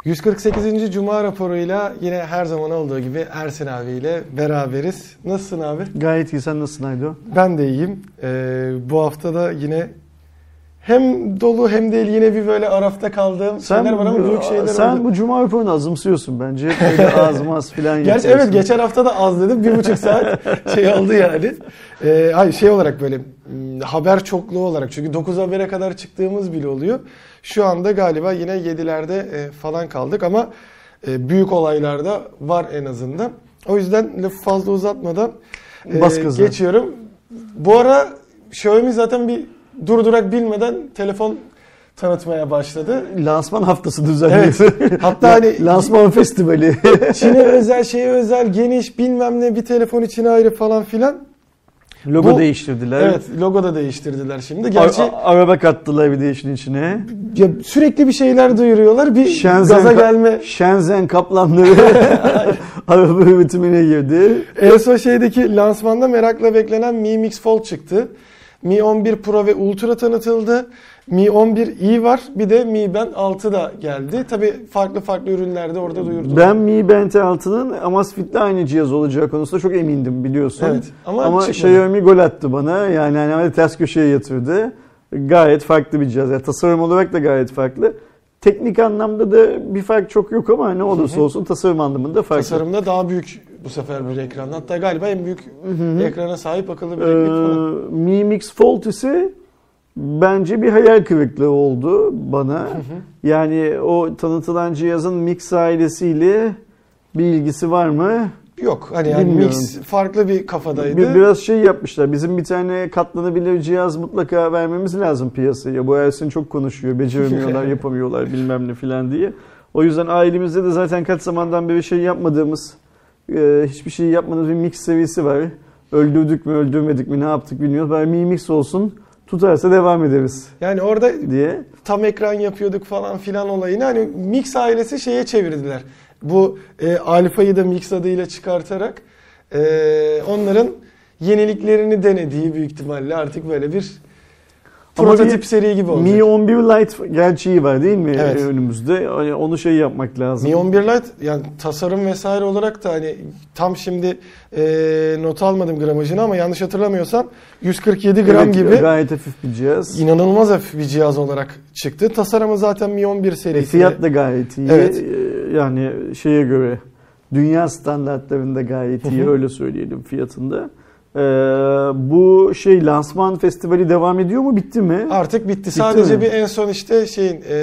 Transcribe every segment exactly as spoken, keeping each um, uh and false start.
yüz kırk sekizinci Cuma raporuyla yine her zaman olduğu gibi Ersin abiyle beraberiz. Nasılsın abi? Gayet iyi. Sen nasılsın Aydo? Ben de iyiyim. Ee, bu hafta da yine hem dolu hem değil yine bir böyle arafta kaldığım sen, şeyler var ama büyük şeyler sen oldu. Sen bu Cuma raporunu azımsıyorsun bence. Böyle az maz falan yapıyorsun. Gerçi evet geçen hafta da az dedim. Bir buçuk saat şey oldu yani. Ee, hayır şey olarak böyle haber çokluğu olarak. Çünkü dokuz habere kadar çıktığımız bile oluyor. Şu anda galiba yine yedilerde falan kaldık ama büyük olaylarda var en azından. O yüzden lafı fazla uzatmadan e, geçiyorum. Bu ara Xiaomi zaten bir durdurak bilmeden telefon tanıtmaya başladı. Lansman haftası düzenliyor. Evet. Hatta hani lansman festivali. Çin'e özel, şeye özel, geniş bilmem ne bir telefon için ayrı falan filan. Logo Bu, değiştirdiler. Evet, logo da değiştirdiler şimdi. Gerçi A- araba kattılar bir de işin içine. Ya sürekli bir şeyler duyuruyorlar. Bir Shenzhen gaza gelme. Shenzhen kaplanları araba üretimine girdi. En son şeydeki lansmanda merakla beklenen Mi Mix Fold çıktı. Mi on bir Pro ve Ultra tanıtıldı. Mi on bir i var. Bir de Mi Band altı da geldi. Tabii farklı farklı ürünlerde orada duyurdular. Ben Mi Band altının Amazfit'te aynı cihaz olacağı konusunda çok emindim biliyorsun. Evet, ama ama Xiaomi gol attı bana. Yani hani ters köşeye yatırdı. Gayet farklı bir cihaz. Yani tasarım olarak da gayet farklı. Teknik anlamda da bir fark çok yok ama ne olursa olsun tasarım anlamında farklı. Tasarımda daha büyük bu sefer bir ekran. Hatta galiba en büyük Hı-hı. ekrana sahip akıllı bileklik falan. Ee, Mi Mix Fold ise bence bir hayal kırıklığı oldu bana. Hı hı. Yani o tanıtılan cihazın Mix ailesiyle bir ilgisi var mı? Yok. Hani yani Mix farklı bir kafadaydı. Bir, biraz şey yapmışlar. Bizim bir tane katlanabilir cihaz mutlaka vermemiz lazım piyasaya. Bu Ersin çok konuşuyor. Beceremiyorlar, yapamıyorlar bilmem ne filan diye. O yüzden ailemizde de zaten kaç zamandan beri şey yapmadığımız, e, hiçbir şey yapmadığımız bir Mix seviyesi var. Öldürdük mü, öldürmedik mi, ne yaptık bilmiyoruz. Bari Mi Mix olsun. Tutarsa devam ederiz. Yani orada diye. Tam ekran yapıyorduk falan filan olayını hani Mix ailesi şeye çevirdiler. Bu e, Alfa'yı da Mix adıyla çıkartarak e, onların yeniliklerini denediği büyük ihtimalle artık böyle bir prototip seri gibi olacak. Mi on bir Lite gerçeği var değil mi evet. önümüzde? Onu şey yapmak lazım. Mi on bir Lite yani tasarım vesaire olarak da hani tam şimdi e, not almadım gramajını ama yanlış hatırlamıyorsam yüz kırk yedi gram evet, gibi. Gayet hafif bir cihaz. İnanılmaz hafif bir cihaz olarak çıktı. Tasarımı zaten Mi on bir serisi. E, fiyat da gayet iyi. Evet. Yani şeye göre dünya standartlarında gayet iyi öyle söyleyelim fiyatında. Ee, bu şey lansman festivali devam ediyor mu? Bitti mi? Artık bitti. bitti Sadece mi? bir en son işte şeyin e,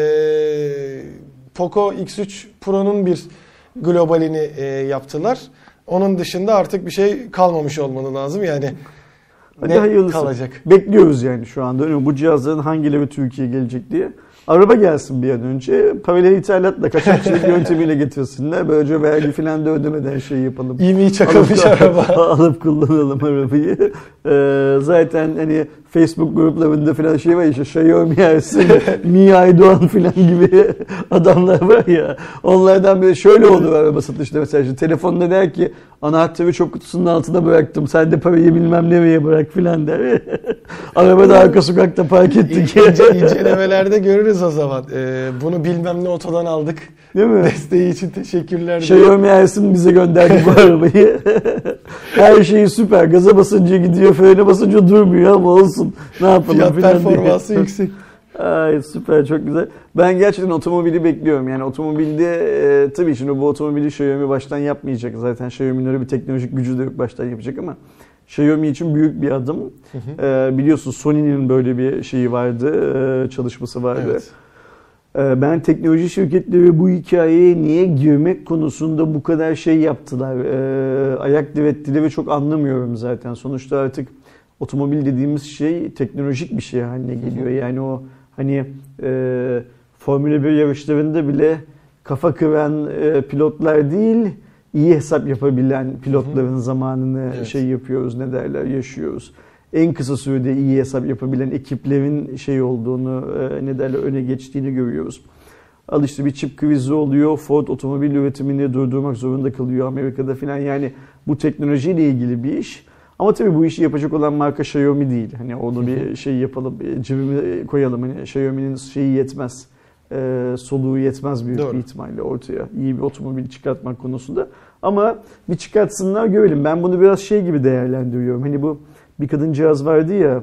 Poco X üç Pro'nun bir globalini e, yaptılar. Onun dışında artık bir şey kalmamış olmalı lazım. Yani hadi ne hayırlısı. kalacak? Bekliyoruz yani şu anda. Bu cihazların hangileri Türkiye'ye gelecek diye. Araba gelsin bir an önce. Paralel ithalatla kaçakçılık yöntemiyle getirsinler. Böylece vergi falan da ödemeden şey yapalım. İyi mi çakılmış araba. Alıp kullanalım arabayı. Ee, zaten hani Facebook gruplarında falan şey var işte Xiaomi Ersin, Mi Aydoğan falan gibi adamlar var ya. Onlardan böyle şöyle olur araba satışta mesela. Işte telefonda der ki anahtarı çöp kutusunun altına bıraktım. Sen de parayı bilmem nereye bırak falan der. Araba da arka sokakta park ettik. İnce, incelemelerde görürüz o zaman. Ee, bunu bilmem ne otodan aldık. Değil mi? Desteği için teşekkürler. Xiaomi Ersin bize gönderdi bu arabayı. Her şeyi süper. Gaza basınca gidiyor, frene basınca durmuyor ama olsun. Ne yapalım? Fiyat performansı yüksek. Ay süper, çok güzel. Ben gerçekten otomobili bekliyorum. Yani otomobilde e, tabii şimdi bu otomobili Xiaomi baştan yapmayacak. Zaten Xiaomi'nin öyle bir teknolojik gücü de yok baştan yapacak ama Xiaomi için büyük bir adım. Hı hı. E, biliyorsun Sony'nin böyle bir şeyi vardı, e, çalışması vardı. Evet. Ben teknoloji şirketleri bu hikayeye niye girmek konusunda bu kadar şey yaptılar, e, ayak direttiler ve çok anlamıyorum zaten. Sonuçta artık otomobil dediğimiz şey teknolojik bir şey haline geliyor. Yani o hani e, Formula bir yarışlarında bile kafa kıran e, pilotlar değil, iyi hesap yapabilen pilotların zamanını evet. şey yapıyoruz, ne derler, yaşıyoruz. En kısa sürede iyi hesap yapabilen ekiplerin şey olduğunu, ne derler, öne geçtiğini görüyoruz. Al işte bir çip krizi oluyor, Ford otomobil üretimini durdurmak zorunda kalıyor Amerika'da falan. Yani bu teknolojiyle ilgili bir iş. Ama tabii bu işi yapacak olan marka Xiaomi değil. Hani onu bir şey yapalım, cebime koyalım. Hani Xiaomi'nin şeyi yetmez. e, soluğu yetmez büyük Doğru. bir ihtimalle ortaya iyi bir otomobil çıkartmak konusunda. Ama bir çıkartsınlar görelim. Ben bunu biraz şey gibi değerlendiriyorum. Hani bu bir kadıncağız vardı ya,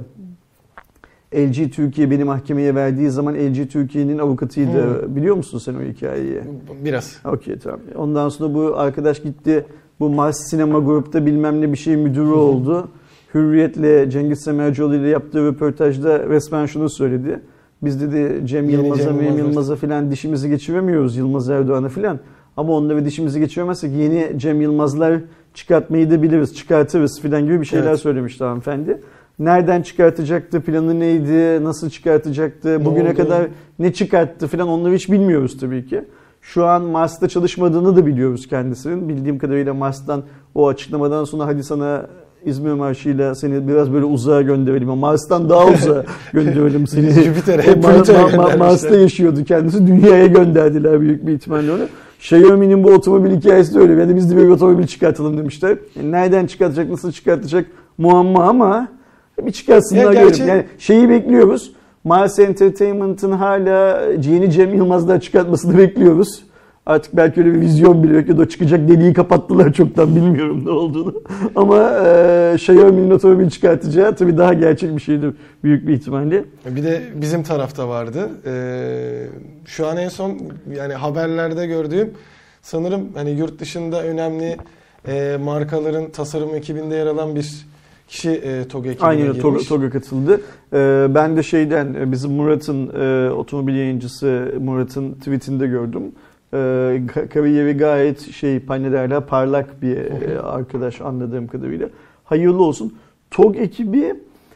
L G Türkiye beni mahkemeye verdiği zaman L G Türkiye'nin avukatıydı. Hmm. Biliyor musun sen o hikayeyi? Biraz. Okey, tamam. Ondan sonra bu arkadaş gitti. Bu Mars Sinema Grup'ta bilmem ne bir şey müdürü oldu. Hürriyet'le Cengiz Semercioğlu ile yaptığı röportajda resmen şunu söyledi. Biz dedi Cem Yılmaz'a, Cem Yılmaz'a filan dişimizi geçiremiyoruz, Yılmaz Erdoğan'a filan. Ama onunla ve dişimizi geçiremezsek yeni Cem Yılmazlar çıkartmayı da biliriz, çıkartırız filan gibi bir şeyler evet. söylemişti hanımefendi. Nereden çıkartacaktı, planı neydi, nasıl çıkartacaktı, bugüne kadar ne çıkarttı filan onları hiç bilmiyoruz tabii ki. Şu an Mars'ta çalışmadığını da biliyoruz kendisinin. Bildiğim kadarıyla Mars'tan o açıklamadan sonra hadi sana İzmir Marşı'yla seni biraz böyle uzağa gönderelim. Mars'tan daha uzağa gönderelim seni. Jüpiter'e, Ma- Ma- Mars'ta yaşıyordu kendisi. Dünyaya gönderdiler büyük bir ihtimalle onu. Xiaomi'nin bu otomobil hikayesi de öyle. Yani biz de bir otomobil çıkartalım demişler. Yani nereden çıkartacak, nasıl çıkartacak muamma ama bir çıkartsınlar ya gerçi... görelim. Yani şeyi bekliyoruz. Mars Entertainment'ın hala yeni Cem Yılmaz'dan çıkartmasını bekliyoruz. Artık belki öyle bir vizyon bile bekliyordu. O çıkacak deliği kapattılar çoktan, bilmiyorum ne olduğunu. Ama e, Xiaomi'nin otomobil çıkartacağı tabii daha gerçek bir şeydir büyük bir ihtimalle. Bir de bizim tarafta vardı. Ee, şu an en son yani haberlerde gördüğüm sanırım hani yurt dışında önemli e, markaların tasarım ekibinde yer alan bir kişi e, TOG ekibine Aynen, girmiş. TOG, TOG'a katıldı. E, ben de şeyden bizim Murat'ın e, otomobil yayıncısı Murat'ın tweetinde gördüm. E, kariyeri gayet şey ne derler parlak bir e, arkadaş anladığım kadarıyla. Hayırlı olsun. TOG ekibi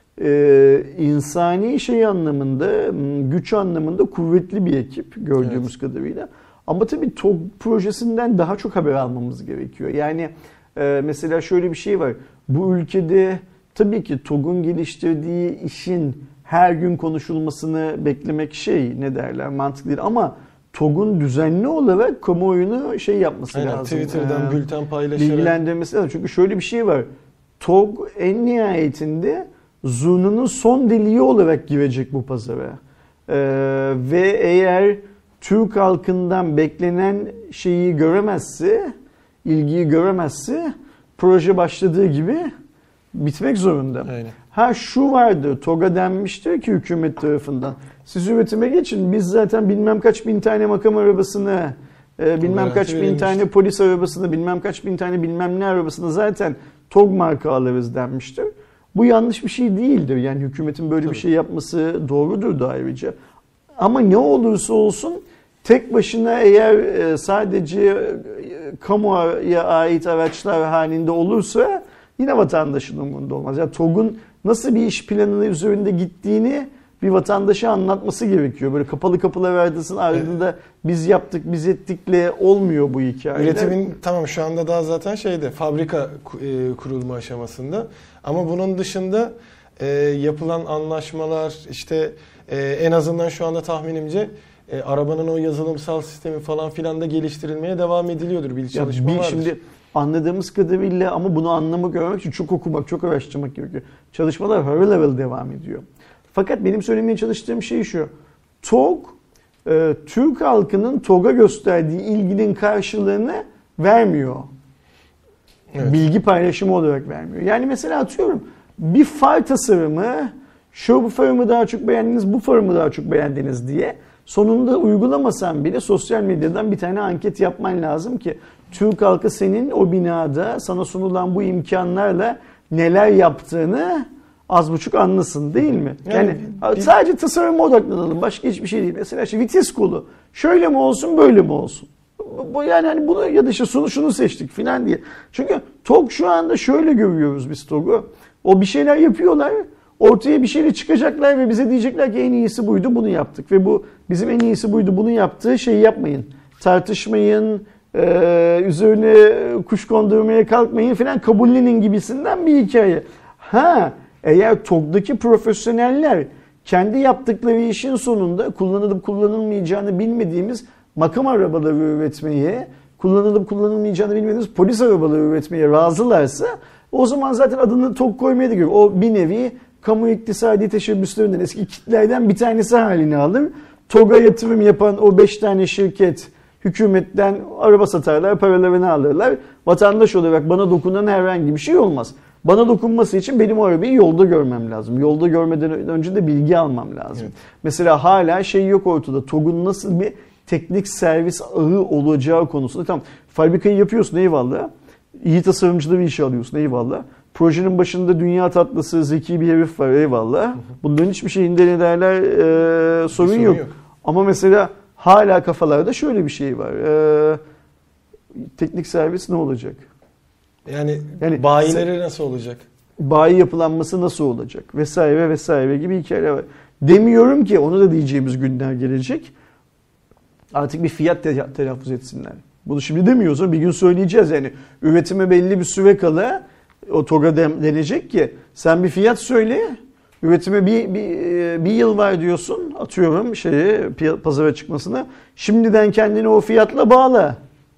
e, insani şey anlamında, güç anlamında kuvvetli bir ekip gördüğümüz evet. kadarıyla. Ama tabii TOG projesinden daha çok haber almamız gerekiyor. Yani e, mesela şöyle bir şey var. Bu ülkede tabii ki TOG'un geliştirdiği işin her gün konuşulmasını beklemek şey ne derler mantıklı değil ama TOG'un düzenli olarak kamuoyunu şey yapması Aynen, lazım. Twitter'dan ee, bülten paylaşarak. Bilgilendirmesi lazım. Çünkü şöyle bir şey var. TOG en nihayetinde zurnanın son deliği olarak girecek bu pazara. Ee, ve eğer Türk halkından beklenen şeyi göremezse, ilgiyi göremezse proje başladığı gibi bitmek zorunda. Aynen. Ha şu vardı, TOG'a denmiştir ki hükümet tarafından. Siz üretime geçin, biz zaten bilmem kaç bin tane makam arabasını, e, bilmem Garanti kaç bin tane polis arabasını, bilmem kaç bin tane bilmem ne arabasını zaten TOG marka alırız denmiştir. Bu yanlış bir şey değildir. Yani hükümetin böyle Tabii. bir şey yapması doğrudur da ayrıca. Ama ne olursa olsun tek başına eğer sadece kamuya ait araçlar halinde olursa yine vatandaşın umurunda olmaz. Yani TOG'un nasıl bir iş planının üzerinde gittiğini bir vatandaşa anlatması gerekiyor. Böyle kapalı kapılar ardısın ardında evet. biz yaptık, biz ettikle olmuyor bu hikayeler. Üretimin tamam şu anda daha zaten şeyde fabrika kurulma aşamasında. Ama bunun dışında e, yapılan anlaşmalar işte e, en azından şu anda tahminimce e, arabanın o yazılımsal sistemi falan filan da geliştirilmeye devam ediliyordur. Bir çalışma bir, vardır. Şimdi anladığımız kadarıyla ama bunu anlamak, görmek için çok okumak, çok araştırmak gerekiyor. Çalışmalar her level devam ediyor. Fakat benim söylemeye çalıştığım şey şu. TOG, e, Türk halkının TOG'a gösterdiği ilginin karşılığını vermiyor. Evet. Bilgi paylaşımı olarak vermiyor. Yani mesela atıyorum bir far tasarımı, şu bu farımı daha çok beğendiniz, bu farımı daha çok beğendiniz diye sonunda uygulamasan bile sosyal medyadan bir tane anket yapman lazım ki Türk halkı senin o binada sana sunulan bu imkanlarla neler yaptığını az buçuk anlasın değil mi? Yani, yani bir... sadece tasarıma odaklanalım. Başka hiçbir şey değil. Mesela işte vites kolu. Şöyle mi olsun, böyle mi olsun? Bu yani hani bunu ya da işte şunu, şunu seçtik filan diye. Çünkü TOG şu anda şöyle görüyoruz biz TOG'u. O bir şeyler yapıyorlar. Ortaya bir şeyle çıkacaklar ve bize diyecekler ki en iyisi buydu, bunu yaptık. Ve bu bizim en iyisi buydu, bunu yaptığı şeyi yapmayın. Tartışmayın, e, üzerine kuş kondurmaya kalkmayın filan, kabullenin gibisinden bir hikaye. Ha, eğer TOG'daki profesyoneller kendi yaptıkları işin sonunda kullanılıp kullanılmayacağını bilmediğimiz makam arabaları üretmeye, kullanılıp kullanılmayacağını bilmediğimiz polis arabaları üretmeye razılarsa o zaman zaten adını TOG koymaya da gerek. O bir nevi kamu iktisadi teşebbüslerinden, eski kitlerden bir tanesi haline alır. TOG'a yatırım yapan o beş tane şirket hükümetten araba satarlar, paralarını alırlar. Vatandaş olarak bana dokunan herhangi bir şey olmaz. Bana dokunması için benim o arabayı yolda görmem lazım. Yolda görmeden önce de bilgi almam lazım. Evet. Mesela hala şey yok ortada. TOG'un nasıl bir teknik servis ağı olacağı konusunda. Tamam, fabrikayı yapıyorsun eyvallah. İyi tasarımcıları işe alıyorsun eyvallah. Projenin başında dünya tatlısı zeki bir herif var eyvallah. Bunların hiçbir şeyinde ne derler e, sorun, sorun yok. yok. Ama mesela hala kafalarda şöyle bir şey var. E, teknik servis ne olacak? Yani, yani bayileri nasıl olacak? Bayi yapılanması nasıl olacak? Vesaire vesaire gibi hikayeler var. Demiyorum ki onu da diyeceğimiz günler gelecek. Artık bir fiyat te- telaffuz etsinler. Bunu şimdi demiyoruz. Bir gün söyleyeceğiz yani. Üretime belli bir süre kala o TOG'a denecek ki sen bir fiyat söyle. Üretime bir, bir, bir yıl var diyorsun. Atıyorum şeye, pazara çıkmasına. Şimdiden kendini o fiyatla bağla.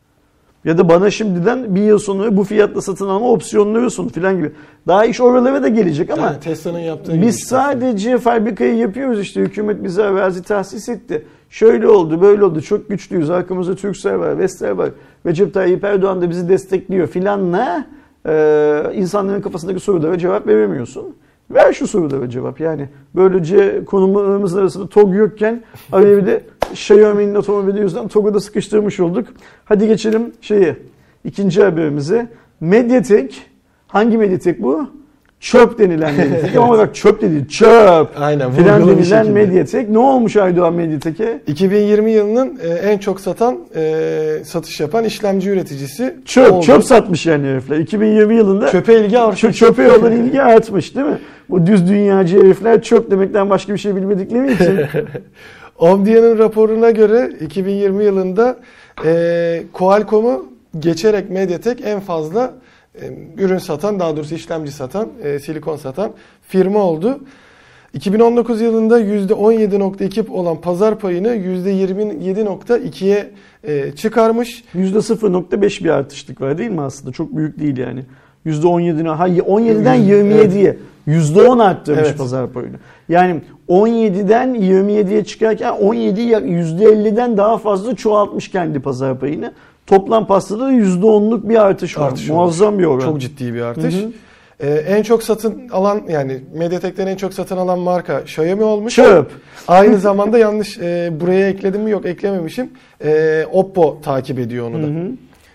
Ya da bana şimdiden bir yıl sonra bu fiyatla satın alma opsiyonları sun filan gibi. Daha iş oralara da gelecek ama yani Tesla'nın yaptığı biz sadece fabrikayı yapıyoruz işte. Hükümet bize arazi tahsis etti. Şöyle oldu, böyle oldu. Çok güçlüyüz. Arkamızda Turkcell var, Vestel var. Recep Tayyip Erdoğan da bizi destekliyor filanla e, insanların kafasındaki sorulara cevap veremiyorsun. Ver şu sorulara cevap. Yani böylece konumlarımızın arasında TOG yokken araya bir de Xiaomi'nin otomobili yüzünden TOG'u da sıkıştırmış olduk. Hadi geçelim şeye. İkinci haberimize. Mediatek. Hangi Mediatek bu? Çöp denilen Mediatek. Ama bak çöp dedi. Çöp. Aynen. Filan denilen Mediatek. Ne olmuş Aydoğan Mediatek'e? iki bin yirmi yılının en çok satan, satış yapan işlemci üreticisi Çöp. oldu. Çöp satmış yani herifler. iki bin yirmi yılında çöpe ilgi artmış. Çöpe olan ilgi artmış değil mi? Bu düz dünyacı herifler çöp demekten başka bir şey bilmedikleri için. Omdia'nın raporuna göre iki bin yirmi yılında e, Qualcomm'u geçerek Mediatek en fazla e, ürün satan, daha doğrusu işlemci satan, e, silikon satan firma oldu. iki bin on dokuz yılında yüzde on yedi nokta iki olan pazar payını yüzde yirmi yedi nokta ikiye e, çıkarmış. yüzde sıfır nokta beş bir artışlık var değil mi aslında? Çok büyük değil yani. yüzde on yedi, ha on yediden yirmi yediye evet. yüzde on arttırmış evet. pazar payını. Yani on yediden yirmi yediye çıkarken on yedi yüzde elliden daha fazla çoğaltmış kendi pazar payını. Toplam pastada yüzde onluk bir artış var. Artış Muazzam bir oran. Çok ciddi bir artış. Hı hı. Ee, en çok satın alan yani Mediatek'ten en çok satın alan marka Xiaomi olmuş. Çöp. Aynı zamanda yanlış e, buraya ekledim mi yok eklememişim. E, Oppo takip ediyor onu da. Hı hı.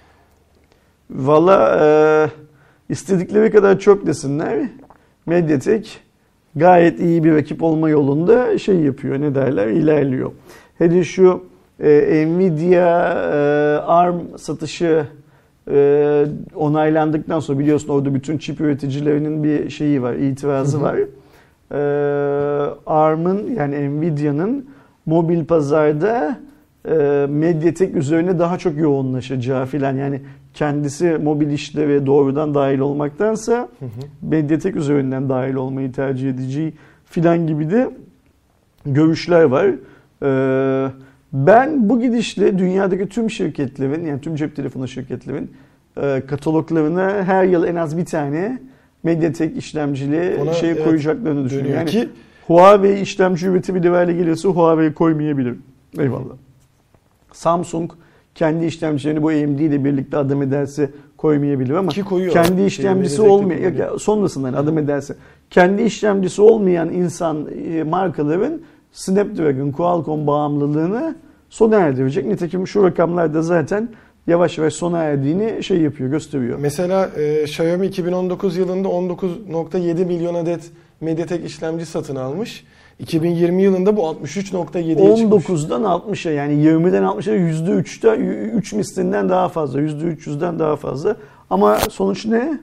Valla e, istedikleri kadar çöp desinler. Mediatek gayet iyi bir rakip olma yolunda şey yapıyor, ne derler, ilerliyor. Hele şu e, Nvidia e, ARM satışı e, onaylandıktan sonra biliyorsun orada bütün çip üreticilerinin bir şeyi var, itirazı var. E, ARM'ın yani Nvidia'nın mobil pazarda e, Mediatek üzerine daha çok yoğunlaşacağı filan, yani kendisi mobil işlere doğrudan dahil olmaktansa hı hı. Mediatek üzerinden dahil olmayı tercih edeceği filan gibi de görüşler var. Ee, ben bu gidişle dünyadaki tüm şirketlerin, yani tüm cep telefonu şirketlerin e, kataloglarına her yıl en az bir tane Mediatek işlemcili Ona, şey evet, koyacaklarını düşünüyorum. Yani ki, Huawei işlemci üretimi de böyle gelirse Huawei koymayabilir. Eyvallah. Samsung kendi işlemcilerini bu A M D ile birlikte adım ederse koymayabilir ama kendi işlemcisi olmayan, sonrasından adım ederse kendi işlemcisi olmayan insan markaların Snapdragon, Qualcomm bağımlılığını sona erdirecek. Nitekim şu rakamlarda zaten yavaş yavaş sona erdiğini şey yapıyor, gösteriyor. Mesela e, Xiaomi iki bin on dokuz yılında on dokuz nokta yedi milyon adet Mediatek işlemci satın almış. iki bin yirmi yılında bu altmış üç nokta yediye çıkmış. on dokuzdan altmışa yani yirmiden altmışa yüzde üçte üç mislinden daha fazla. yüzde üç yüzden daha fazla. Ama sonuç ne?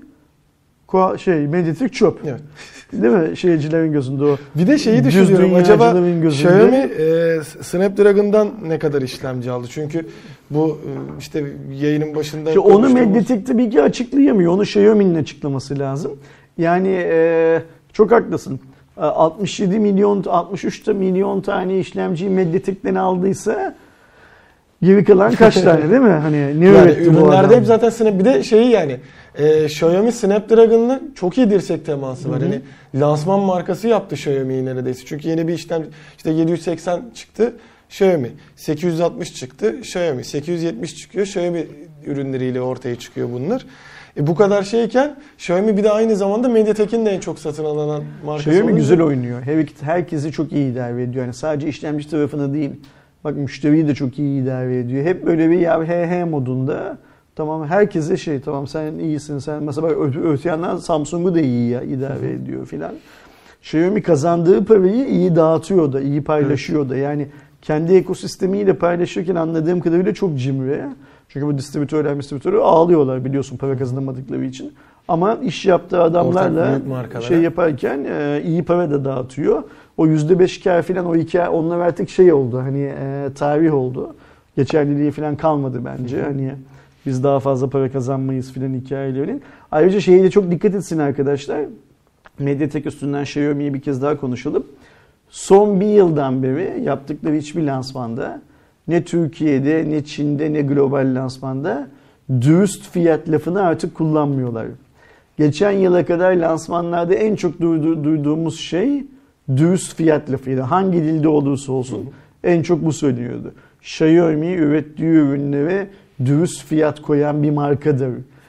Şey, Mediatek çöp. Evet. Değil mi? Şeycilerin gözünde o. Bir de şeyi düşünüyorum. Acaba Xiaomi e, Snapdragon'dan ne kadar işlemci aldı? Çünkü bu e, işte yayının başında işte onu Mediatek tabii ki açıklayamıyor. Onu Xiaomi'nin açıklaması lazım. Yani e, çok haklısın. altmış yedi milyon, altmış üç milyon tane işlemciyi Mediatek'ten aldıysa geri kalan kaç tane değil mi? Hani ne yani ürünlerde hep zaten Snap, bir de şeyi yani e, Xiaomi Snapdragon'la çok iyi dirsek teması var. Hı hı. Hani lansman markası yaptı Xiaomi'yi neredeyse. Çünkü yeni bir işlemci işte yedi yüz seksen çıktı. Xiaomi. sekiz yüz altmış çıktı. Xiaomi. sekiz yüz yetmiş çıkıyor. Xiaomi ürünleriyle ortaya çıkıyor bunlar. E bu kadar şeyken Xiaomi bir de aynı zamanda MediaTek'in de en çok satın alınan markası. Xiaomi olunca... güzel oynuyor. Herkesi çok iyi idare ediyor. Yani sadece işlemci tarafını değil. Bak müşteriyi de çok iyi idare ediyor. Hep böyle bir ya he he modunda. Tamam herkese şey tamam sen iyisin sen. Mesela bak öte, öte yandan Samsung'u da iyi ya, idare ediyor filan. Xiaomi kazandığı parayı iyi dağıtıyor da, iyi paylaşıyor da. Yani kendi ekosistemiyle paylaşırken anladığım kadarıyla çok cimri. Çünkü bu distribütörler, distribütörler ağlıyorlar biliyorsun para kazanamadıkları için. Ama iş yaptığı adamlarla şey yaparken e, iyi para da dağıtıyor. O yüzde beş kar falan o hikaye onlar artık şey oldu hani e, tarih oldu. Geçerliliği falan kalmadı bence. Hani biz daha fazla para kazanmayız filan hikayeleri. Ayrıca şeye de çok dikkat etsin arkadaşlar. MediaTek üstünden Xiaomi'yi bir kez daha konuşalım. Son bir yıldan beri yaptıkları hiçbir lansmanda ne Türkiye'de ne Çin'de ne global lansmanda dürüst fiyat lafını artık kullanmıyorlar. Geçen yıla kadar lansmanlarda en çok duydu, duyduğumuz şey dürüst fiyat lafıydı. Hangi dilde olursa olsun en çok bu söyleniyordu. Xiaomi ürettiği ürünlere dürüst fiyat koyan bir markadır.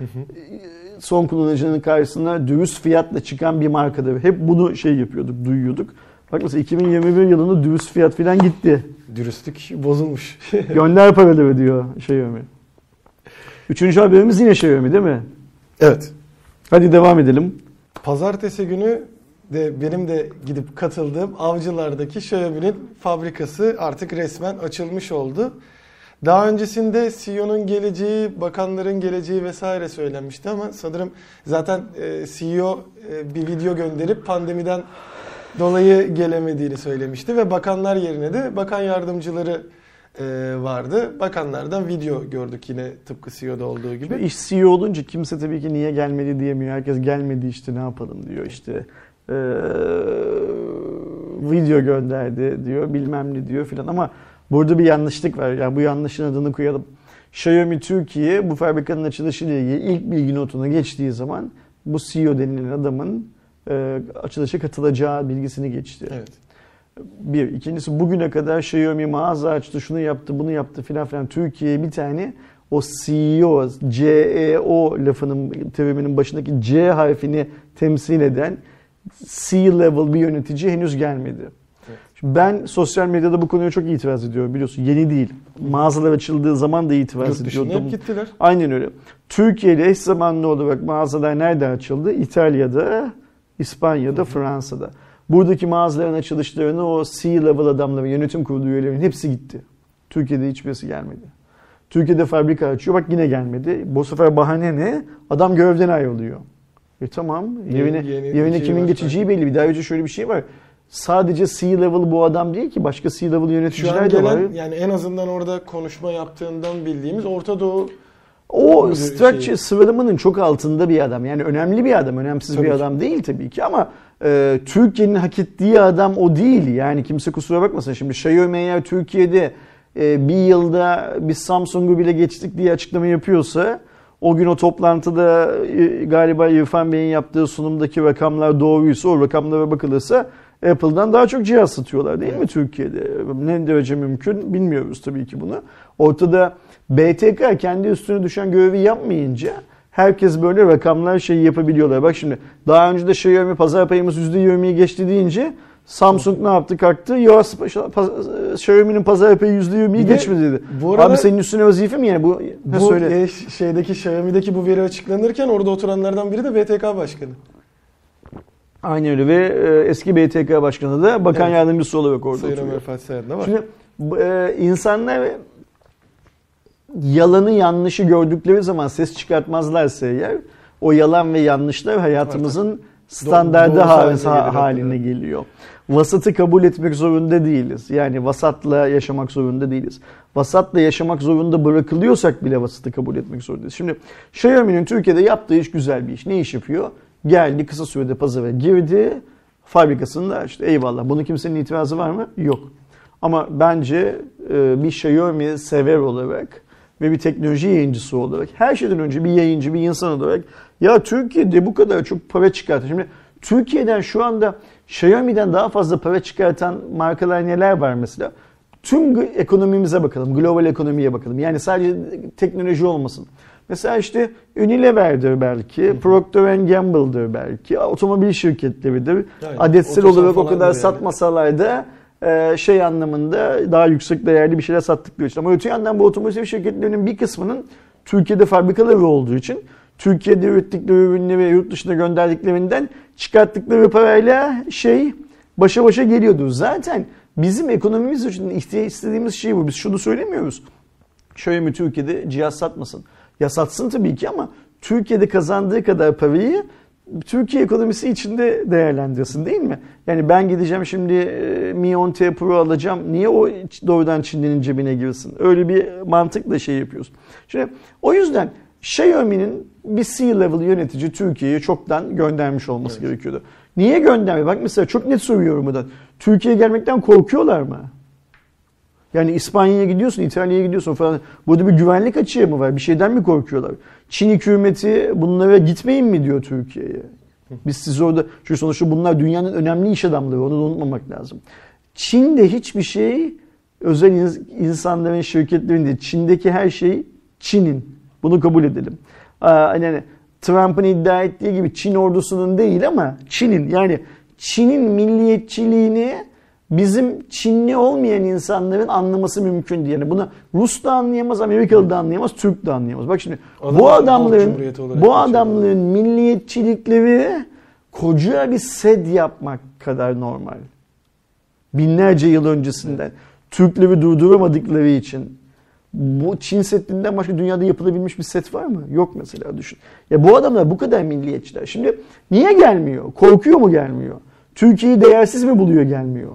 Son kullanıcının karşısına dürüst fiyatla çıkan bir markadır. Hep bunu şey yapıyorduk, duyuyorduk. Bak mesela iki bin yirmi bir yılında dürüst fiyat falan gitti. Dürüstlük bozulmuş. Gönder paraları diyor Xiaomi. Üçüncü haberimiz yine Xiaomi değil mi? Evet. Hadi devam edelim. Pazartesi günü de benim de gidip katıldığım Avcılar'daki Xiaomi'nin fabrikası artık resmen açılmış oldu. Daha öncesinde C E O'nun geleceği, bakanların geleceği vesaire söylenmişti ama sanırım zaten C E O bir video gönderip pandemiden dolayı gelemediğini söylemişti ve bakanlar yerine de bakan yardımcıları vardı. Bakanlardan video gördük yine tıpkı C E O'da olduğu gibi. İş C E O olunca kimse tabii ki niye gelmedi diyemiyor. Herkes gelmedi işte ne yapalım diyor işte. Ee, video gönderdi diyor bilmem ne diyor filan ama burada bir yanlışlık var. Yani bu yanlışın adını koyalım. Xiaomi Türkiye bu fabrikanın açılışı ile ilgili ilk bilgi notuna geçtiği zaman bu C E O denilen adamın e, açılışa katılacağı bilgisini geçti. Evet. Bir. İkincisi bugüne kadar Xiaomi mağaza açtı, şunu yaptı, bunu yaptı filan filan. Türkiye'ye bir tane o C E O, C E O lafının, teriminin başındaki C harfini temsil eden C-level bir yönetici henüz gelmedi. Evet. Şimdi ben sosyal medyada bu konuya çok itiraz ediyorum biliyorsun. Yeni değil. Mağazalar açıldığı zaman da itiraz Yurt ediyordum. hep gittiler. Aynen öyle. Türkiye'de eş zamanlı olarak mağazalar nerede açıldı? İtalya'da, İspanya'da, Hı-hı. Fransa'da. Buradaki mağazaların açılışlarını o C-level adamların, yönetim kurulu üyelerinin hepsi gitti. Türkiye'de hiçbirisi gelmedi. Türkiye'de fabrika açıyor. Bak yine gelmedi. Bu sefer bahane ne? Adam görevden ayrılıyor. E tamam. Yerine, yeni, yeni yerine kimin var, geçeceği belli. Bir daha önce şöyle bir şey var. Sadece C-level bu adam değil ki. Başka C-level yöneticiler de var. Yani en azından orada konuşma yaptığından bildiğimiz Orta Doğu o structure şey. Sıvırımının çok altında bir adam. Yani önemli bir adam. Önemsiz tabii bir adam ki. Değil tabii ki ama e, Türkiye'nin hak ettiği adam o değil. Yani kimse kusura bakmasın. Şimdi Xiaomi eğer Türkiye'de e, bir yılda biz Samsung'u bile geçtik diye açıklama yapıyorsa o gün o toplantıda e, galiba İrfan Bey'in yaptığı sunumdaki rakamlar doğruysa o rakamlara bakılırsa Apple'dan daha çok cihaz satıyorlar değil evet. mi Türkiye'de? Ne derece mümkün bilmiyoruz tabii ki bunu. Ortada B T K kendi üstüne düşen görevi yapmayınca herkes böyle rakamlar şeyi yapabiliyorlar. Bak şimdi daha önce de Xiaomi pazar payımız yüzde yirmiyi geçti deyince Samsung ne yaptı kalktı? Ya Xiaomi'nin pazar payı yüzde yirmiyi geçmedi dedi. Abi senin üstüne vazife mi yani? Bu, bu söyle. şeydeki Xiaomi'deki bu veri açıklanırken orada oturanlardan biri de B T K başkanı. Aynen öyle ve eski B T K başkanı da bakan evet. yardımcısı olarak orada Sayın oturuyor. Fatih Sayın da var. Şimdi e, insanlar yalanı yanlışı gördükleri zaman ses çıkartmazlarsa eğer o yalan ve yanlışlar hayatımızın evet. standardı doğru, doğru haline geliyor. Vasatı kabul etmek zorunda değiliz. Yani vasatla yaşamak zorunda değiliz. Vasatla yaşamak zorunda bırakılıyorsak bile vasatı kabul etmek zorundayız. Şimdi Xiaomi'nin Türkiye'de yaptığı iş güzel bir iş. Ne iş yapıyor? Geldi kısa sürede pazara girdi. Fabrikasında açtı. Eyvallah. Bunun kimsenin itirazı var mı? Yok. Ama bence bir Xiaomi sever olarak ve bir teknoloji yayıncısı olarak her şeyden önce bir yayıncı, bir insan olarak ya Türkiye'de bu kadar çok para çıkartıyor. Şimdi Türkiye'den şu anda Xiaomi'den daha fazla para çıkartan markalar neler var mesela? tüm ekonomimize bakalım, global ekonomiye bakalım. Yani sadece teknoloji olmasın. Mesela işte Unilever'dir belki, hı. Procter and Gamble'dır belki, otomobil şirketleridir. Yani, adetsel olarak o kadar yani. Satmasalar da e, şey anlamında daha yüksek değerli bir şeyler sattıkları için. Ama öte yandan bu otomobil şirketlerinin bir kısmının Türkiye'de fabrikaları olduğu için Türkiye'de ürettikleri ürünleri yurt dışına gönderdiklerinden çıkarttıkları parayla şey başa başa geliyordu. Zaten bizim ekonomimiz için istediğimiz şey bu. Biz şunu söylemiyoruz. Şöyle mi Türkiye'de cihaz satmasın? Ya satsın tabii ki ama Türkiye'de kazandığı kadar parayı Türkiye ekonomisi içinde değerlendirsin değil mi? Yani ben gideceğim şimdi Mi on T Pro alacağım. Niye o doğrudan Çinli'nin cebine girsin? Öyle bir mantıkla şey yapıyoruz. Şimdi o yüzden Xiaomi'nin bir C-level yönetici Türkiye'ye çoktan göndermiş olması evet. gerekiyordu. Niye göndermiyor? Bak mesela çok net soruyorum buradan. Türkiye'ye gelmekten korkuyorlar mı? Yani İspanya'ya gidiyorsun, İtalya'ya gidiyorsun falan. Burada bir güvenlik açığı mı var? Bir şeyden mi korkuyorlar? Çin hükümeti bunlara gitmeyin mi diyor Türkiye'ye? Biz siz orada, çünkü sonuçta bunlar dünyanın önemli iş adamları, onu da unutmamak lazım. Çin'de hiçbir şey özel insanların, şirketlerin değil. Çin'deki her şey Çin'in. Bunu kabul edelim. Yani Trump'ın iddia ettiği gibi Çin ordusunun değil ama Çin'in. Yani Çin'in milliyetçiliğini bizim Çinli olmayan insanların anlaması mümkün diye. Yani bunu Rus da anlayamaz, Amerikalı da anlayamaz, Türk de anlayamaz. Bak şimdi Adam bu adamların bu adamların milliyetçilikleri koca bir sed yapmak kadar normal. Binlerce yıl öncesinden Türkleri durduramadıkları için. Bu Çin Seddi'nden başka dünyada yapılabilmiş bir set var mı? Yok mesela düşün. Ya bu adamlar bu kadar milliyetçiler. Şimdi niye gelmiyor? Korkuyor mu gelmiyor? Türkiye'yi değersiz mi buluyor gelmiyor?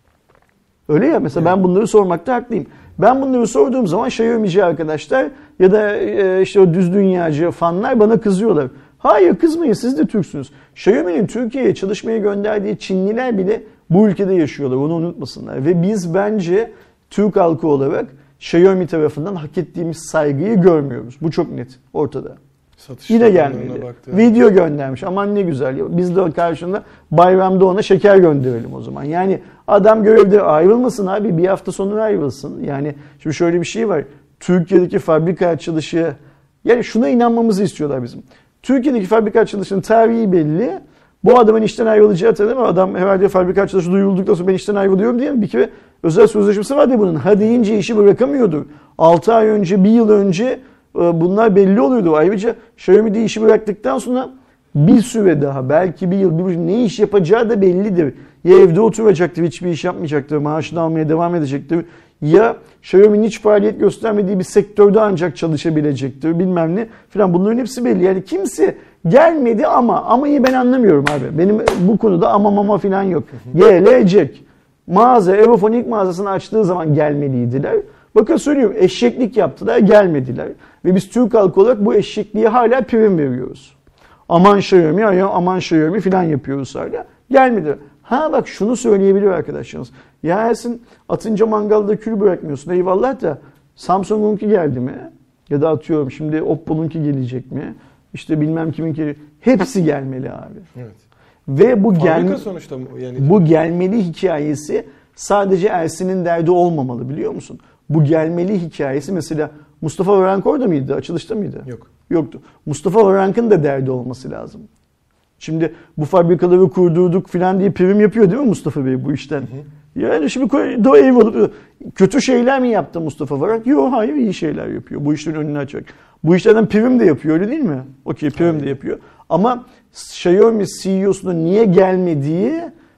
Öyle ya mesela ben bunları sormakta haklıyım. Ben bunları sorduğum zaman Xiaomi'ci arkadaşlar ya da işte o düz dünyacı fanlar bana kızıyorlar. Hayır kızmayın siz de Türksünüz. Xiaomi'nin Türkiye'ye çalışmaya gönderdiği Çinliler bile bu ülkede yaşıyorlar. Onu unutmasınlar. Ve biz bence Türk halkı olarak Xiaomi tarafından hak ettiğimiz saygıyı görmüyoruz. Bu çok net ortada. Satış Yine gelmedi. Video göndermiş. Aman ne güzel. Biz de karşında bayramda ona şeker gönderelim o zaman. Yani adam görevde ayrılmasın abi. Bir hafta sonra ayrılsın. Yani şimdi şöyle bir şey var. Türkiye'deki fabrika açılışı, yani şuna inanmamızı istiyorlar bizim. Türkiye'deki fabrika açılışının tarihi belli. Bu adamın işten ayrılacağı tabii ama adam herhalde fabrika açılışı duyulduktan sonra ben işten ayrılıyorum diye mi? Bir kere özel sözleşmesi var diye bunun. Ha deyince işi bırakamıyordu. altı ay önce, bir yıl önce bunlar belli oluyordu. Ayrıca Xiaomi'de işi bıraktıktan sonra bir süre daha, belki bir yıl, bir buçuk, ne iş yapacağı da bellidir. Ya evde oturacaktır, hiçbir iş yapmayacaktır, maaşını almaya devam edecektir. Ya Xiaomi'nin hiç faaliyet göstermediği bir sektörde ancak çalışabilecektir, bilmem ne filan. Bunların hepsi belli. Yani kimse gelmedi ama, amayı ben anlamıyorum abi. Benim bu konuda ama mama filan yok. Gelecek. Mağaza, Evofonik mağazasını açtığı zaman gelmeliydiler. Bakın söylüyorum, eşeklik yaptılar, gelmediler. Ve biz Türk halkı olarak bu eşekliğe hala prim veriyoruz. Aman Xiaomi, aman Xiaomi filan yapıyoruz hala. Gelmediler. Ha bak şunu söyleyebilir arkadaşlarınız. Ya Ersin atınca mangalda kül bırakmıyorsun. Eyvallah da Samsung'unki geldi mi? Ya da atıyorum şimdi Oppo'nunki gelecek mi? İşte bilmem kiminki. Hepsi gelmeli abi. Evet. Ve bu gel sonuçta yani bu gelmeli hikayesi sadece Ersin'in derdi olmamalı biliyor musun? Bu gelmeli hikayesi mesela Mustafa Varank orada mıydı? Açılışta mıydı? Yok. Yoktu. Mustafa Varank'ın da derdi olması lazım. Şimdi bu fabrikaları kurdurduk falan diye prim yapıyor değil mi Mustafa Bey bu işten? Hı hı. Yani şimdi do ev olup kötü şeyler mi yaptı Mustafa Varank? Yok hayır iyi şeyler yapıyor. Bu işlerin önünü açacak. Bu işlerden prim de yapıyor öyle değil mi? Okey prim hayır. de yapıyor. Ama Xiaomi C E O'sunun niye gelmediği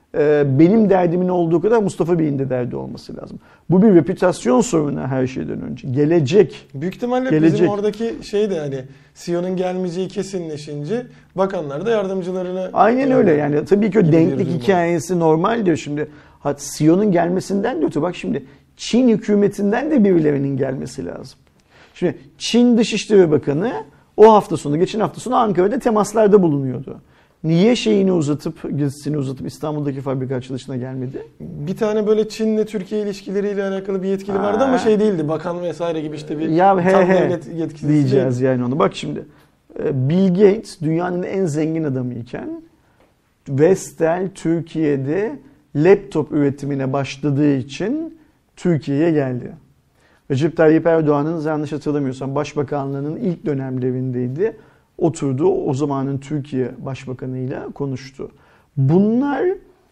benim derdimin olduğu kadar Mustafa Bey'in de derdi olması lazım. Bu bir reputasyon sorunu her şeyden önce. Gelecek. Büyük ihtimalle gelecek. Bizim oradaki şey de hani C E O'nun gelmeyeceği kesinleşince bakanlar da yardımcılarını... Aynen öyle yani. Tabii ki o denklik hikayesi normal diyor şimdi. C E O'nun gelmesinden de öte bak şimdi Çin hükümetinden de birilerinin gelmesi lazım. Şimdi Çin Dışişleri Bakanı o hafta sonu, geçen hafta sonu Ankara'da temaslarda bulunuyordu. Niye şeyini uzatıp, gezisini uzatıp İstanbul'daki fabrika açılışına gelmedi? Bir tane böyle Çin'le Türkiye ilişkileriyle alakalı bir yetkili Aa. vardı ama şey değildi. Bakan vesaire gibi işte bir ya he tam he devlet yetkilisi diyeceğiz değil. Yani onu. Bak şimdi Bill Gates dünyanın en zengin adamıyken Vestel Türkiye'de laptop üretimine başladığı için Türkiye'ye geldi. Recep Tayyip Erdoğan'ın yanlış hatırlamıyorsam başbakanlığının ilk dönemlerindeydi. Oturdu, o zamanın Türkiye Başbakanı'yla konuştu. Bunlar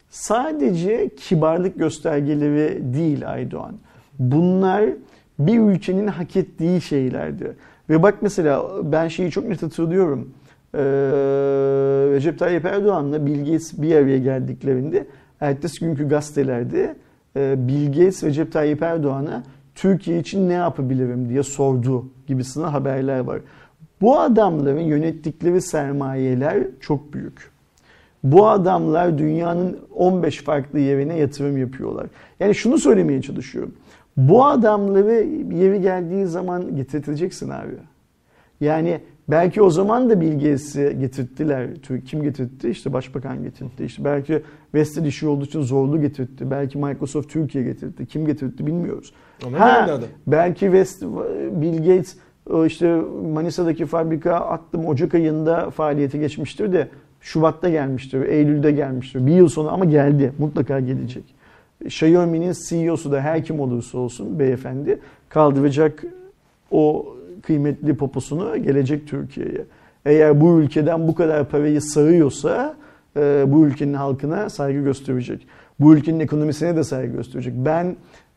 sadece kibarlık göstergeleri değil Aydoğan. Bunlar bir ülkenin hak ettiği şeylerdi. Ve bak mesela ben şeyi çok net hatırlıyorum. Ee, Recep Tayyip Erdoğan'la Bill Gates bir araya geldiklerinde ertesi günkü gazetelerde e, Bill Gates Recep Tayyip Erdoğan'a Türkiye için ne yapabilirim diye sordu gibisine haberler var. Bu adamların yönettikleri sermayeler çok büyük. Bu adamlar dünyanın on beş farklı yerine yatırım yapıyorlar. Yani şunu söylemeye çalışıyorum. Bu adamları yeri geldiği zaman getirteceksin abi. Yani belki o zaman da Bill Gates'i getirttiler. Kim getirtti? İşte başbakan getirtti. İşte belki Vestel işi olduğu için zorlu getirtti. Belki Microsoft Türkiye getirtti. Kim getirtti bilmiyoruz. Ama ha, belki West, Bill Gates işte Manisa'daki fabrika attım Ocak ayında faaliyete geçmiştir de Şubat'ta gelmiştir, Eylül'de gelmiştir. Bir yıl sonra ama geldi. Mutlaka gelecek. Xiaomi'nin C E O'su da her kim olursa olsun beyefendi kaldıracak o kıymetli poposunu gelecek Türkiye'ye. Eğer bu ülkeden bu kadar parayı sağıyorsa bu ülkenin halkına saygı gösterecek. Bu ülkenin ekonomisine de saygı gösterecek. Ben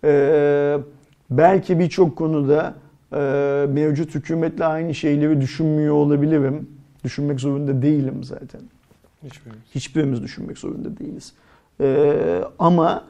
e, belki birçok konuda e, mevcut hükümetle aynı şeyleri düşünmüyor olabilirim. Düşünmek zorunda değilim zaten. Hiçbirimiz. Hiçbirimiz düşünmek zorunda değiliz. E, ama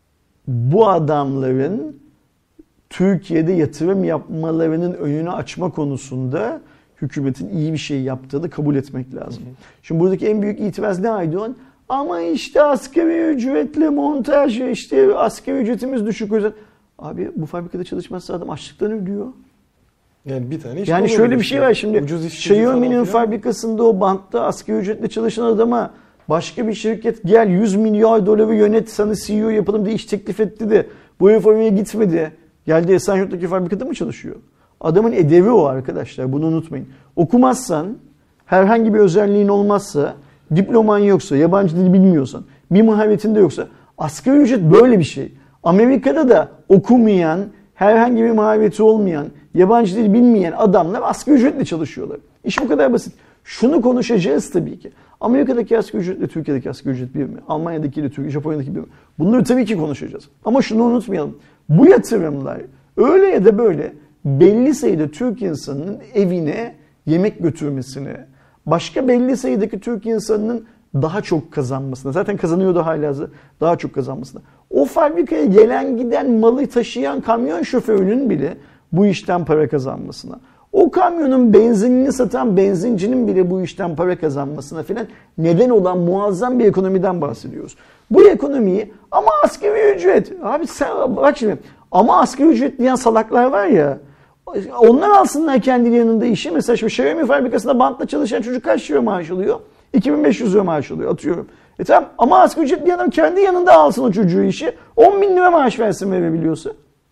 bu adamların Türkiye'de yatırım yapmalarının önünü açma konusunda hükümetin iyi bir şey yaptığını kabul etmek lazım. Hı hı. Şimdi buradaki en büyük itiraz ne Aydoğan? Ama işte asgari ücretle montaj, işte asgari ücretimiz düşük. O yüzden. Abi bu fabrikada çalışmazsa adam açlıktan ölüyor. Yani bir tane iş Yani şöyle bir şey var şimdi. Xiaomi'nin fabrikasında o bantta asgari ücretle çalışan adama başka bir şirket gel yüz milyar doları yönet sana C E O yapalım diye iş teklif etti de bu herif oraya gitmedi. Geldi Esenyurt'taki fabrikada mı çalışıyor? Adamın edebi o arkadaşlar. Bunu unutmayın. Okumazsan, herhangi bir özelliğin olmazsa, diploman yoksa, yabancı dil bilmiyorsan, bir maharetin de yoksa asgari ücret böyle bir şey. Amerika'da da okumayan, herhangi bir mahareti olmayan, yabancı dil bilmeyen adamlar asgari ücretle çalışıyorlar. İş bu kadar basit. Şunu konuşacağız tabii ki. Amerika'daki asgari ücretle Türkiye'deki asgari ücret bir mi? Almanya'daki ile Türkiye, Japonya'daki bir mi? Bunları tabii ki konuşacağız. Ama şunu unutmayalım. Bu yatırımlar öyle ya da böyle belli sayıda Türk insanının evine yemek götürmesine, başka belli sayıdaki Türk insanının daha çok kazanmasına, zaten kazanıyordu halihazırda, daha çok kazanmasına. O fabrikaya gelen giden malı taşıyan kamyon şoförünün bile bu işten para kazanmasına, o kamyonun benzinini satan benzincinin bile bu işten para kazanmasına filan neden olan muazzam bir ekonomiden bahsediyoruz. Bu ekonomiyi ama asgari ücret, abi sen bak şimdi, ama asgari ücret diyen salaklar var ya, onlar alsınlar kendi yanında işi. Mesela şu Xiaomi fabrikasında bantla çalışan çocuk kaç lira maaş alıyor? iki bin beş yüz lira maaş alıyor atıyorum. E tamam ama asgari ücret bir adam kendi yanında alsın o çocuğu işi. on bin lira maaş versin verebiliyorsa.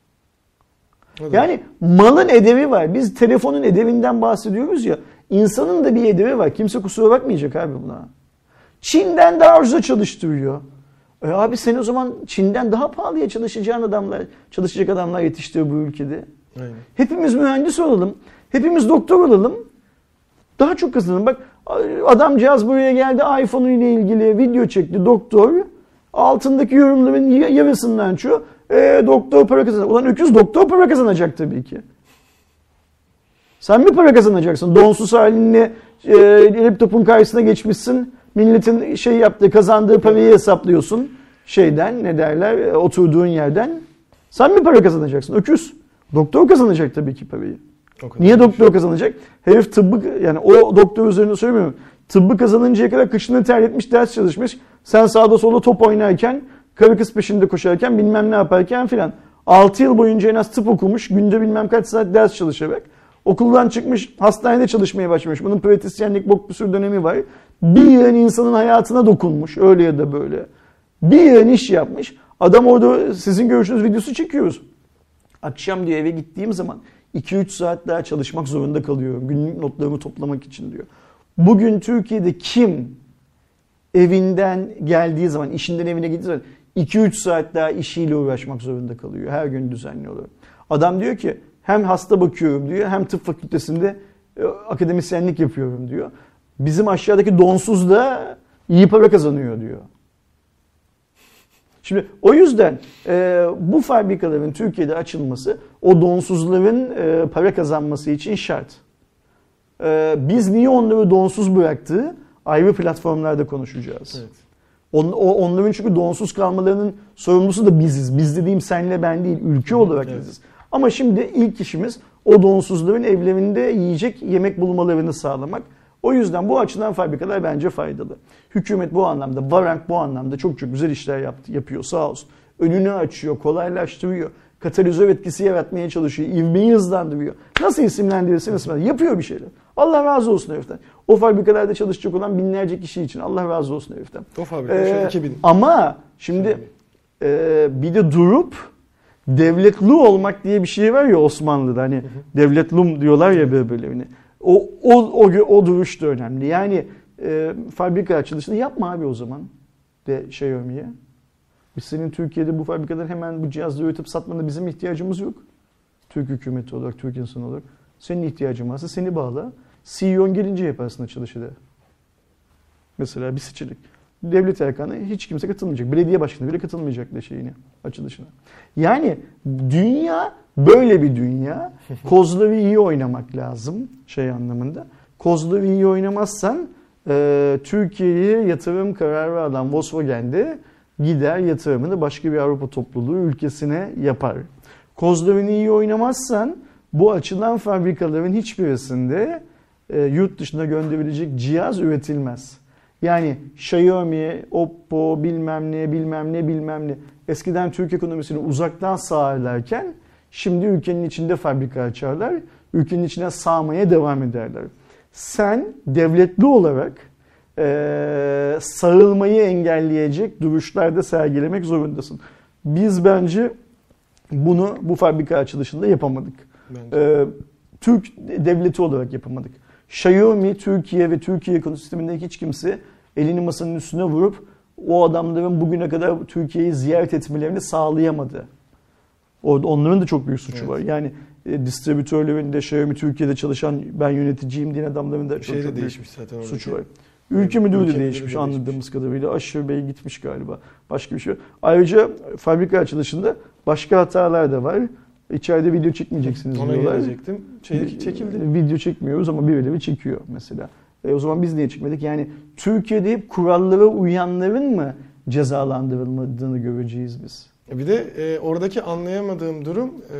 Yani malın edebi var. Biz telefonun edebinden bahsediyoruz ya. İnsanın da bir edebi var. Kimse kusura bakmayacak abi buna. Çin'den daha ucuza çalıştırıyor. E abi sen o zaman Çin'den daha pahalıya çalışacağın adamlar, çalışacak adamlar yetiştir bu ülkede. Aynen. Hepimiz mühendis olalım. Hepimiz doktor olalım. Daha çok kazanalım. Bak adamcağız buraya geldi, iPhone ile ilgili video çekti doktor. Altındaki yorumların yarısından çoğu e, doktor para kazanacak. Ulan öküz doktor para kazanacak tabii ki. Sen mi para kazanacaksın? Donsuz halinle e, laptopun karşısına geçmişsin. Milletin şey yaptığı, kazandığı parayı hesaplıyorsun. Şeyden ne derler, oturduğun yerden. Sen mi para kazanacaksın? Öküz. Doktor kazanacak tabii ki parayı. Niye doktor şey kazanacak? Herif tıbbı, yani o doktor üzerine söylemiyorum. Tıbbı kazanıncaya kadar kışını terletmiş, ders çalışmış. Sen sağda solda top oynarken, karı kız peşinde koşarken, bilmem ne yaparken filan. altı yıl boyunca en az tıp okumuş, günde bilmem kaç saat ders çalışarak. Okuldan çıkmış, hastanede çalışmaya başlamış. Bunun pratisyenlik bok bir sürü dönemi var. Bir yığın insanın hayatına dokunmuş, öyle ya da böyle. Bir yığın iş yapmış. Adam orada sizin görüşünüz videosu çekiyoruz. Akşam diyor eve gittiğim zaman iki üç saat daha çalışmak zorunda kalıyorum. Günlük notlarımı toplamak için diyor. Bugün Türkiye'de kim evinden geldiği zaman, işinden evine gittiği zaman iki üç saat daha işiyle uğraşmak zorunda kalıyor her gün düzenli olarak. Adam diyor ki hem hasta bakıyorum diyor hem tıp fakültesinde e, akademisyenlik yapıyorum diyor. Bizim aşağıdaki donsuz da iyi para kazanıyor diyor. Şimdi o yüzden e, bu fabrikaların Türkiye'de açılması o donsuzların e, para kazanması için şart. E, biz niye onları donsuz bıraktığı ayrı platformlarda konuşacağız. Evet. On, o, onların çünkü donsuz kalmalarının sorumlusu da biziz. Biz dediğim senle ben değil, ülke olarak evet. biziz. Ama şimdi ilk işimiz o donsuzların evlerinde yiyecek, yemek bulmalarını sağlamak. O yüzden bu açıdan fabrikalar bence faydalı. Hükümet bu anlamda, Varank bu anlamda çok çok güzel işler yaptı, yapıyor sağ olsun. Önünü açıyor, kolaylaştırıyor. Katalizör etkisi yaratmaya çalışıyor, ivmeyi hızlandırıyor. Nasıl isimlendirirse nasıl yapıyor bir şeyler. Allah razı olsun heriften. O fabrikalarda çalışacak olan binlerce kişi için Allah razı olsun heriften. O fabrika ee, iki bin. Ama şimdi e, bir de durup devletli olmak diye bir şey var ya Osmanlı'da. Hani hı hı. devletlum diyorlar ya birbirlerine. O, o, o, o duruş da önemli. Yani e, fabrika açılışını yapma abi o zaman de Xiaomi'ye. Biz senin Türkiye'de bu fabrikadan hemen bu cihazları üretip satmana bizim ihtiyacımız yok. Türk hükümeti olarak, Türk insanı olarak. Senin ihtiyacın varsa seni bağla. C E O'un gelince yaparsın açılışı da. Mesela bir seçenek. Devlet erkanı hiç kimse katılmayacak. Belediye başkanı bile katılmayacak da şeyine, açılışına. Yani dünya böyle bir dünya. Kozları iyi oynamak lazım şey anlamında. Kozları iyi oynamazsan e, Türkiye'ye yatırım kararı alan Volkswagen'de gider yatırımını başka bir Avrupa topluluğu ülkesine yapar. Kozlarını iyi oynamazsan bu açılan fabrikaların hiçbirisinde e, yurt dışına gönderilecek cihaz üretilmez. Yani Xiaomi, Oppo bilmem ne bilmem ne bilmem ne eskiden Türk ekonomisini uzaktan sağarlarken şimdi ülkenin içinde fabrika açarlar. Ülkenin içine sağmaya devam ederler. Sen devletli olarak e, sağılmayı engelleyecek duruşlarda sergilemek zorundasın. Biz bence bunu bu fabrika açılışında yapamadık. E, Türk devleti olarak yapamadık. Xiaomi Türkiye ve Türkiye ekosisteminde hiç kimse elini masanın üstüne vurup o adamların bugüne kadar Türkiye'yi ziyaret etmelerini sağlayamadı. Onların da çok büyük suçu evet. var. Yani e, distribütörlerin de Xiaomi Türkiye'de çalışan ben yöneticiyim diyen adamların da çok, çok büyük zaten suçu var. Ülke müdürü de değişmiş değişmiş anladığımız kadarıyla. Aşırı Bey gitmiş galiba. Başka bir şey yok. Ayrıca fabrika açılışında başka hatalar da var. İçeride video çekmeyeceksiniz Ona diyorlar. gelecektim. Çek, çekildi. Video çekmiyoruz ama birileri çekiyor mesela. E o zaman biz niye çekmedik? Yani Türkiye'de hep kurallara uyanların mı cezalandırılmadığını göreceğiz biz. Bir de e, oradaki anlayamadığım durum e,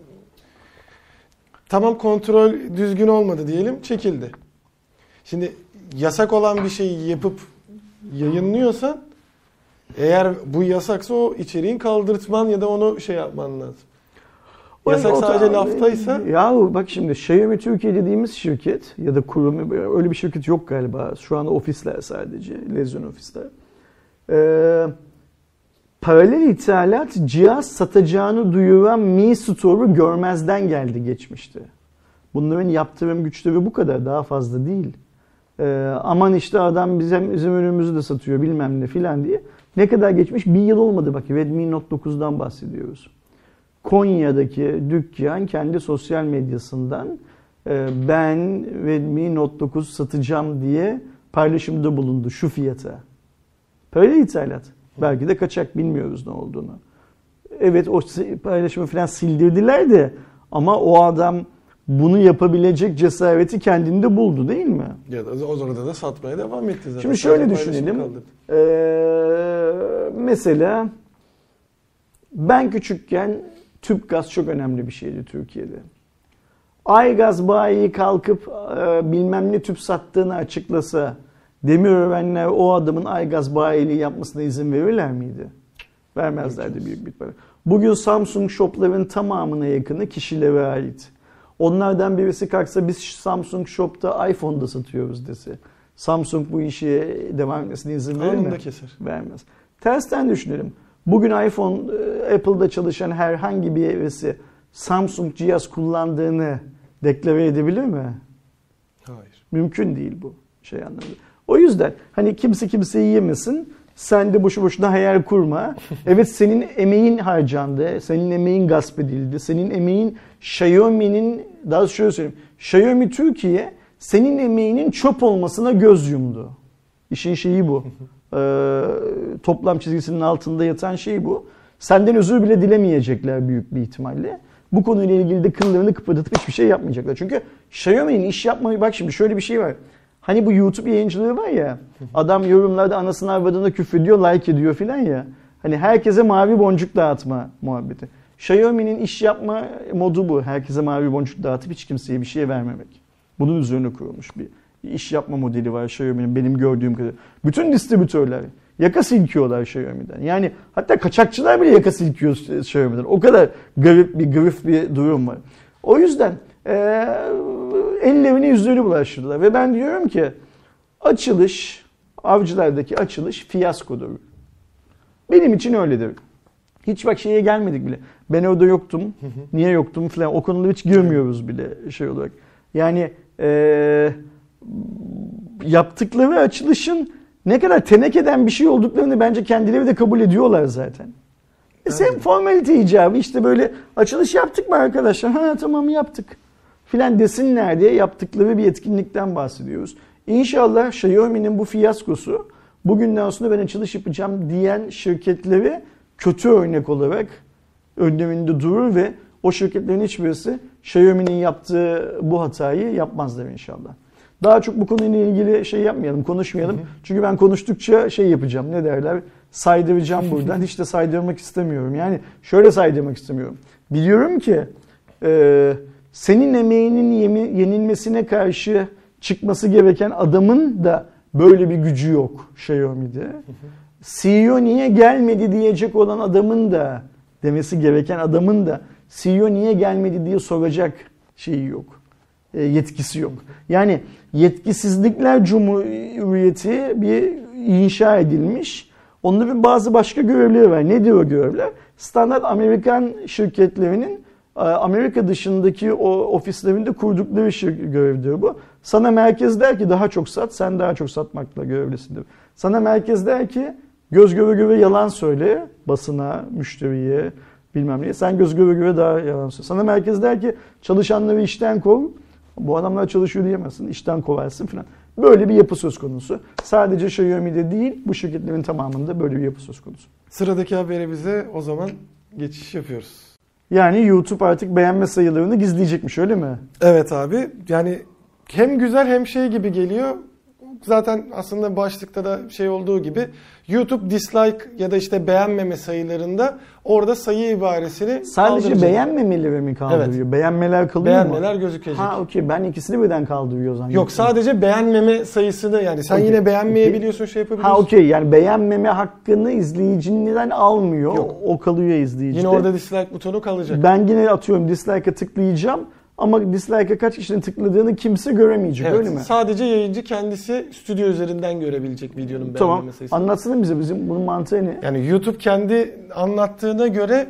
tamam kontrol düzgün olmadı diyelim çekildi. Şimdi yasak olan bir şeyi yapıp yayınlıyorsan eğer bu yasaksa o içeriğin kaldırtman ya da onu şey yapman lazım. Yasak o sadece laftaysa... Ya bak şimdi Xiaomi Türkiye dediğimiz şirket ya da kurum öyle bir şirket yok galiba. Şu anda ofisler sadece. Lezyon ofisler. Ee, paralel ithalat cihaz satacağını duyuran Mi Store'u görmezden geldi geçmişte. Bunların yaptırım güçleri bu kadar daha fazla değil. Ee, aman işte adam bizim, bizim ürünümüzü de satıyor bilmem ne filan diye. Ne kadar geçmiş? Bir yıl olmadı bak. Redmi Note dokuzdan bahsediyoruz. Konya'daki dükkan kendi sosyal medyasından ben Redmi Note dokuz satacağım diye paylaşımda bulundu şu fiyata. Paralel ithalat. Belki de kaçak bilmiyoruz ne olduğunu. Evet o paylaşımı falan sildirdiler de ama o adam bunu yapabilecek cesareti kendinde buldu değil mi? Ya da o zaman da satmaya devam etti zaten. Şimdi şöyle düşünelim. Ee, mesela ben küçükken tüp gaz çok önemli bir şeydi Türkiye'de. Aygaz bayi kalkıp e, bilmem ne tüp sattığını açıklasa Demirörenler o adamın Aygaz bayiliği yapmasına izin verirler miydi? Vermezlerdi büyük bir para. Bugün Samsung shopların tamamına yakını kişilere ait. Onlardan birisi kalksa biz Samsung shop'ta iPhone'da satıyoruz dese. Samsung bu işe devam etmesine izin verir mi? Keser. Vermez. Tersten düşünelim. Bugün iPhone, Apple'da çalışan herhangi bir birisi Samsung cihaz kullandığını deklare edebilir mi? Hayır. Mümkün değil bu şey anlamında. O yüzden hani kimse kimseyi yemesin. Sen de boşu boşuna hayal kurma. Evet, senin emeğin harcandı, senin emeğin gasp edildi, senin emeğin Xiaomi'nin, daha şöyle söyleyeyim, Xiaomi Türkiye senin emeğinin çöp olmasına göz yumdu. İşin şeyi bu. Ee, toplam çizgisinin altında yatan şey bu. Senden özür bile dilemeyecekler büyük bir ihtimalle. Bu konuyla ilgili de kıllarını kıpırdatıp hiçbir şey yapmayacaklar. Çünkü Xiaomi'nin iş yapmayı, bak şimdi şöyle bir şey var. Hani bu YouTube yayıncılığı var ya, adam yorumlarda anasını avradına küfrediyor, like ediyor filan ya. Hani herkese mavi boncuk dağıtma muhabbeti. Xiaomi'nin iş yapma modu bu. Herkese mavi boncuk dağıtıp hiç kimseye bir şey vermemek. Bunun üzerine kurulmuş bir iş yapma modeli var Xiaomi'nin benim gördüğüm kadarıyla. Bütün distribütörler yaka silkiyorlar Xiaomi'den. Yani hatta kaçakçılar bile yaka silkiyor Xiaomi'den. O kadar garip bir garip bir durum var. O yüzden e, ellerini yüzlerini bulaştırdılar. Ve ben diyorum ki açılış, Avcılar'daki açılış fiyaskodur. Benim için öyledir. Hiç bak şeye gelmedik bile. Ben orada yoktum. Niye yoktum falan. O konuda hiç girmiyoruz bile şey olarak. Yani e, yaptıkları açılışın ne kadar tenekeden bir şey olduklarını bence kendileri de kabul ediyorlar zaten. E sen formalite icabı işte böyle açılış yaptık mı arkadaşlar? Ha tamam yaptık filan desinler diye yaptıkları bir etkinlikten bahsediyoruz. İnşallah Xiaomi'nin bu fiyaskosu bugünden sonra ben açılış yapacağım diyen şirketleri kötü örnek olarak önleminde durur ve o şirketlerin hiçbirisi Xiaomi'nin yaptığı bu hatayı yapmazlar inşallah. Daha çok bu konuyla ilgili şey yapmayalım, konuşmayalım. Hı hı. Çünkü ben konuştukça şey yapacağım, ne derler, saydıracağım buradan. Hiç de saydırmak istemiyorum. Yani şöyle saydırmak istemiyorum. Biliyorum ki e, senin emeğinin yenilmesine karşı çıkması gereken adamın da böyle bir gücü yok Xiaomi'de. Hı hı. C E O niye gelmedi diyecek olan adamın da, demesi gereken adamın da C E O niye gelmedi diye soracak şeyi yok. E, yetkisi yok. Yani yetkisizlikler cumhuriyeti bir inşa edilmiş. Onların bazı başka görevleri var. Ne diyor görevler? Standart Amerikan şirketlerinin Amerika dışındaki o ofislerinde kurdukları görevdir bu. Sana merkez der ki daha çok sat, sen daha çok satmakla görevlisindir. Sana merkez der ki göz göre göre yalan söyle basına, müşteriye, bilmem neye. Sen göz göre göre daha yalan söyle. Sana merkez der ki çalışanları işten kov. Bu adamlar çalışıyor diyemezsin, işten kovarsın falan. Böyle bir yapı söz konusu. Sadece Xiaomi'de değil, bu şirketlerin tamamında böyle bir yapı söz konusu. Sıradaki haberimize o zaman geçiş yapıyoruz. Yani YouTube artık beğenme sayılarını gizleyecekmiş, öyle mi? Evet abi. Yani hem güzel hem şey gibi geliyor. Zaten aslında başlıkta da şey olduğu gibi YouTube dislike ya da işte beğenmeme sayılarında orada sayı ibaresini sadece beğenmemeleri mi kaldırıyor? Evet. Beğenmeler kalıyor Beğenmeler mu? Beğenmeler gözükecek. Ha okey, ben ikisini birden kaldırıyor zannediyorum. Yok, sadece beğenmeme sayısını, yani sen okay. yine beğenmeyebiliyorsun, okay. şey yapabiliyorsun. Ha okey, yani beğenmeme hakkını izleyicinden almıyor. Yok. O kalıyor izleyicide. Yine orada dislike butonu kalacak. Ben yine atıyorum dislike'a tıklayacağım. Ama dislike'a kaç kişinin tıkladığını kimse göremeyecek, evet, öyle mi? Sadece yayıncı kendisi stüdyo üzerinden görebilecek videonun tamam. beğenmeme sayısını. Tamam. Anlatsana bize, bizim bunun mantığı ne? Yani YouTube kendi anlattığına göre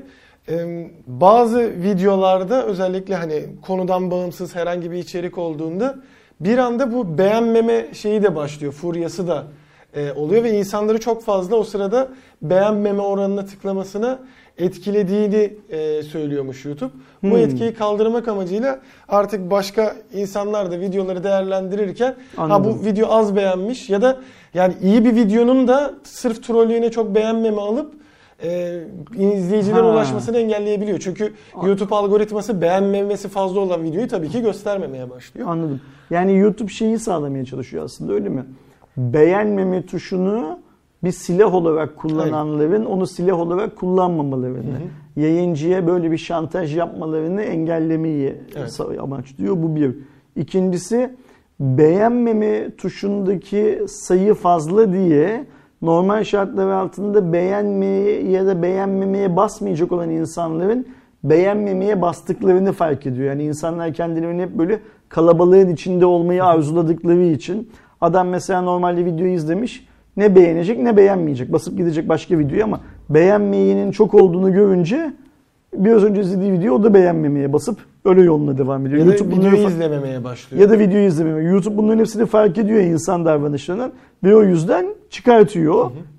bazı videolarda özellikle hani konudan bağımsız herhangi bir içerik olduğunda bir anda bu beğenmeme şeyi de başlıyor. Furyası da oluyor ve insanları çok fazla o sırada beğenmeme oranına tıklamasına etkilediğini e, söylüyormuş YouTube. Hmm. Bu etkiyi kaldırmak amacıyla artık başka insanlar da videoları değerlendirirken ha bu video az beğenmiş ya da yani iyi bir videonun da sırf trollüğüne çok beğenmeme alıp e, izleyicilere ha. ulaşmasını engelleyebiliyor. Çünkü YouTube algoritması beğenmemesi fazla olan videoyu tabii ki göstermemeye başlıyor. Anladım. Yani YouTube şeyi sağlamaya çalışıyor aslında, öyle mi? Beğenmeme tuşunu bir silah olarak kullananların evet. onu silah olarak kullanmamalarını, hı hı. yayıncıya böyle bir şantaj yapmalarını engellemeyi evet. amaçlıyor. Bu bir. İkincisi, beğenmeme tuşundaki sayı fazla diye normal şartlar altında beğenmeye ya da beğenmemeye basmayacak olan insanların beğenmemeye bastıklarını fark ediyor. Yani insanlar kendilerini hep böyle kalabalığın içinde olmayı arzuladıkları için, adam mesela normalde videoyu izlemiş, ne beğenecek ne beğenmeyecek. Basıp gidecek başka videoya ama beğenmeyenin çok olduğunu görünce biraz önce izlediği videoyu o da beğenmemeye basıp öyle yoluna devam ediyor. Ya YouTube da videoyu izlememeye başlıyor. Ya da videoyu izlememeye. YouTube bunların hepsini fark ediyor insan davranışlarından ve o yüzden çıkartıyor. Hı hı.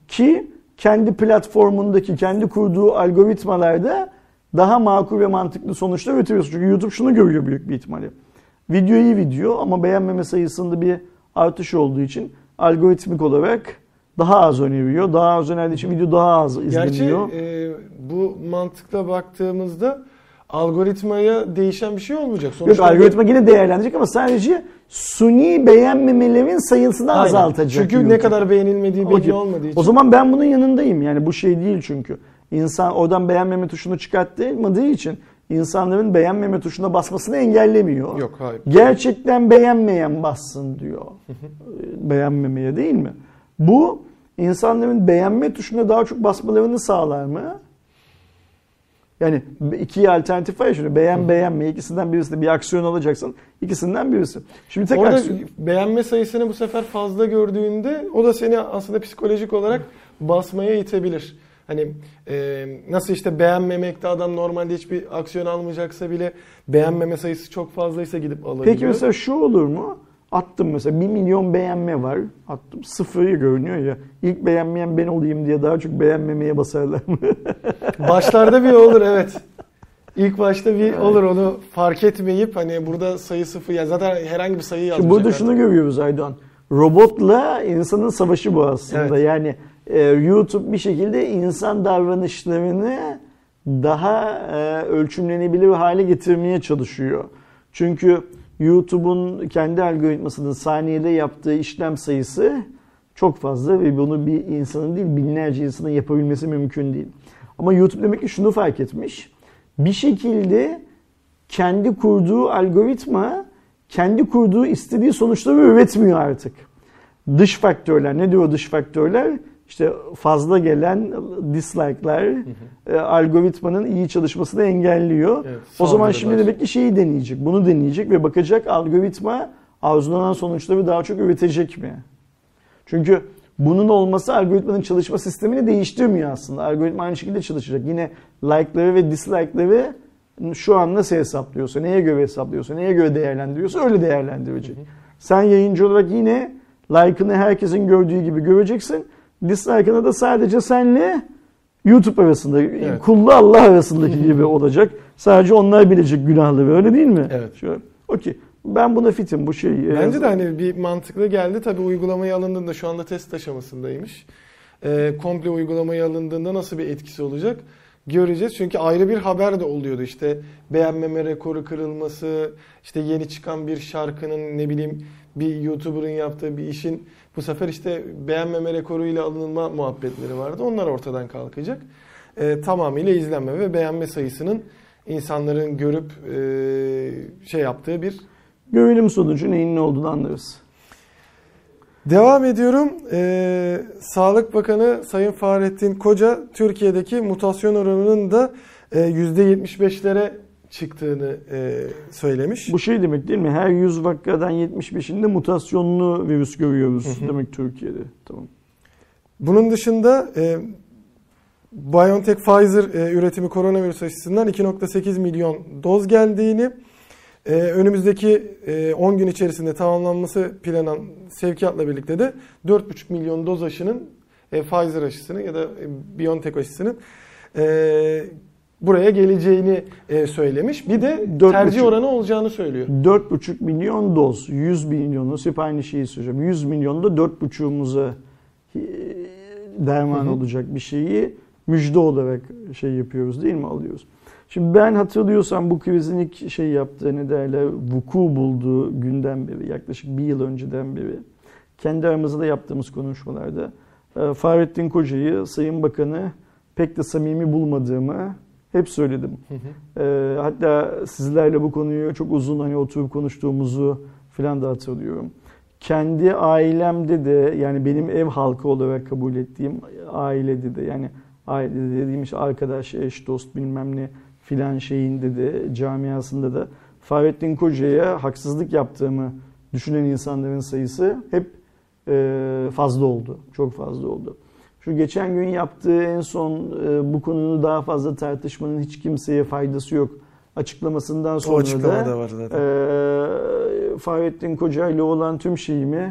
Ki kendi platformundaki, kendi kurduğu algoritmalarda daha makul ve mantıklı sonuçlar üretiyorsun. Çünkü YouTube şunu görüyor büyük bir ihtimalle. Video iyi video ama beğenmeme sayısında bir artış olduğu için algoritmik olarak daha az öneriyor. Daha az önerdiği için video daha az izleniyor. Gerçi e, bu mantıkla baktığımızda algoritmaya değişen bir şey olmayacak. Sonuçta Yok algoritma yine değerlendirecek ama sadece suni beğenmemelerin sayısını Aynen. azaltacak. Çünkü YouTube. Ne kadar beğenilmediği belli okay. olmadığı için. O zaman ben bunun yanındayım. Yani bu şey değil çünkü. İnsan oradan beğenmeme tuşunu çıkartmadığı için insanların beğenmeme tuşuna basmasını engellemiyor. Yok hayır. Gerçekten beğenmeyen bassın diyor. Beğenmemeye değil mi? Bu insanların beğenme tuşuna daha çok basmalarını sağlar mı? Yani iki alternatif var şimdi. Beğen beğenme ikisinden birisi, bir aksiyon alacaksın. İkisinden birisi. Şimdi tek Orada aksiyon... beğenme sayısını bu sefer fazla gördüğünde o da seni aslında psikolojik olarak basmaya itebilir. Hani e, nasıl işte beğenmemekte adam normalde hiçbir aksiyon almayacaksa bile beğenmeme sayısı çok fazlaysa gidip alabiliyor. Peki mesela şu olur mu? Attım mesela bir milyon beğenme var. Attım sıfırı görünüyor ya. İlk beğenmeyen ben olayım diye daha çok beğenmemeye basarlar mı? Başlarda bir olur evet. İlk başta bir olur onu fark etmeyip hani burada sayı sıfır ya zaten herhangi bir sayı yazmayacak. Şimdi burada şunu görüyoruz Aydoğan. Robotla insanın savaşı bu aslında. Evet. Yani e, YouTube bir şekilde insan davranışlarını daha e, ölçümlenebilir hale getirmeye çalışıyor. Çünkü YouTube'un kendi algoritmasının saniyede yaptığı işlem sayısı çok fazla ve bunu bir insanın değil binlerce insanın yapabilmesi mümkün değil. Ama YouTube demek ki şunu fark etmiş. Bir şekilde kendi kurduğu algoritma kendi kurduğu istediği sonuçları üretmiyor artık. Dış faktörler, ne diyor dış faktörler? İşte fazla gelen dislike'lar hı hı. E, algoritmanın iyi çalışmasını engelliyor. Evet, o zaman şimdi demek ki şeyi deneyecek, bunu deneyecek ve bakacak algoritma arzulanan sonuçları daha çok üretecek mi? Çünkü bunun olması algoritmanın çalışma sistemini değiştirmiyor aslında. Algoritma aynı şekilde çalışacak. Yine like'ları ve dislike'ları şu an nasıl hesaplıyorsa, neye göre hesaplıyorsa, neye göre değerlendiriyorsa öyle değerlendirecek. Hı hı. Sen yayıncı olarak yine like'ını herkesin gördüğü gibi göreceksin. Dislike'ını da sadece senle YouTube arasında, evet. kulla Allah arasındaki gibi olacak. Sadece onlar bilecek günahları, öyle değil mi? Evet. Şöyle, okey. Ben buna fitim bu şey. Bence de hani bir mantıklı geldi. Tabii uygulamaya alındığında şu anda test aşamasındaymış. E, komple uygulamaya alındığında nasıl bir etkisi olacak göreceğiz. Çünkü ayrı bir haber de oluyordu. İşte beğenmeme rekoru kırılması, işte yeni çıkan bir şarkının ne bileyim bir YouTuber'ın yaptığı bir işin bu sefer işte beğenmeme rekoruyla alınma muhabbetleri vardı. Onlar ortadan kalkacak. E, tamamıyla izlenme ve beğenme sayısının insanların görüp e, şey yaptığı bir görünüm sonucu neyin ne olduğunu anlarız. Devam ediyorum. Ee, Sağlık Bakanı Sayın Fahrettin Koca Türkiye'deki mutasyon oranının da e, yüzde yetmiş beşlere çıktığını e, söylemiş. Bu şey demek değil mi? Her yüz vakadan yetmiş beşinde mutasyonlu virüs görüyoruz hı hı. demek Türkiye'de. Tamam. Bunun dışında e, BioNTech Pfizer e, üretimi koronavirüs aşısından iki virgül sekiz milyon doz geldiğini, Ee, önümüzdeki e, on gün içerisinde tamamlanması planan sevkiyatla birlikte de dört buçuk milyon doz aşının e, Pfizer aşısının ya da e, BioNTech aşısının e, buraya geleceğini e, söylemiş. Bir de tercih oranı olacağını söylüyor. dört buçuk milyon doz, yüz milyonu, hep aynı şeyi söyleyeceğim. yüz milyonda dört buçuğumuza derman hı hı. olacak bir şeyi müjde olarak şey yapıyoruz değil mi, alıyoruz. Şimdi ben hatırlıyorsam bu krizin ilk şey yaptığı ne derler vuku bulduğu günden beri yaklaşık bir yıl önceden beri kendi aramızda yaptığımız konuşmalarda Fahrettin Koca'yı Sayın Bakanı pek de samimi bulmadığımı hep söyledim. Hı hı. Hatta sizlerle bu konuyu çok uzun hani oturup konuştuğumuzu falan da hatırlıyorum. Kendi ailemde de yani benim ev halkı olarak kabul ettiğim ailede de yani ailede dediğim işte arkadaş, eş, dost bilmem ne filan şeyinde de camiasında da Fahrettin Koca'ya haksızlık yaptığımı düşünen insanların sayısı hep fazla oldu. Çok fazla oldu. Şu geçen gün yaptığı en son bu konunu daha fazla tartışmanın hiç kimseye faydası yok açıklamasından sonra da, da var zaten. E, Fahrettin Koca ile olan tüm şeyimi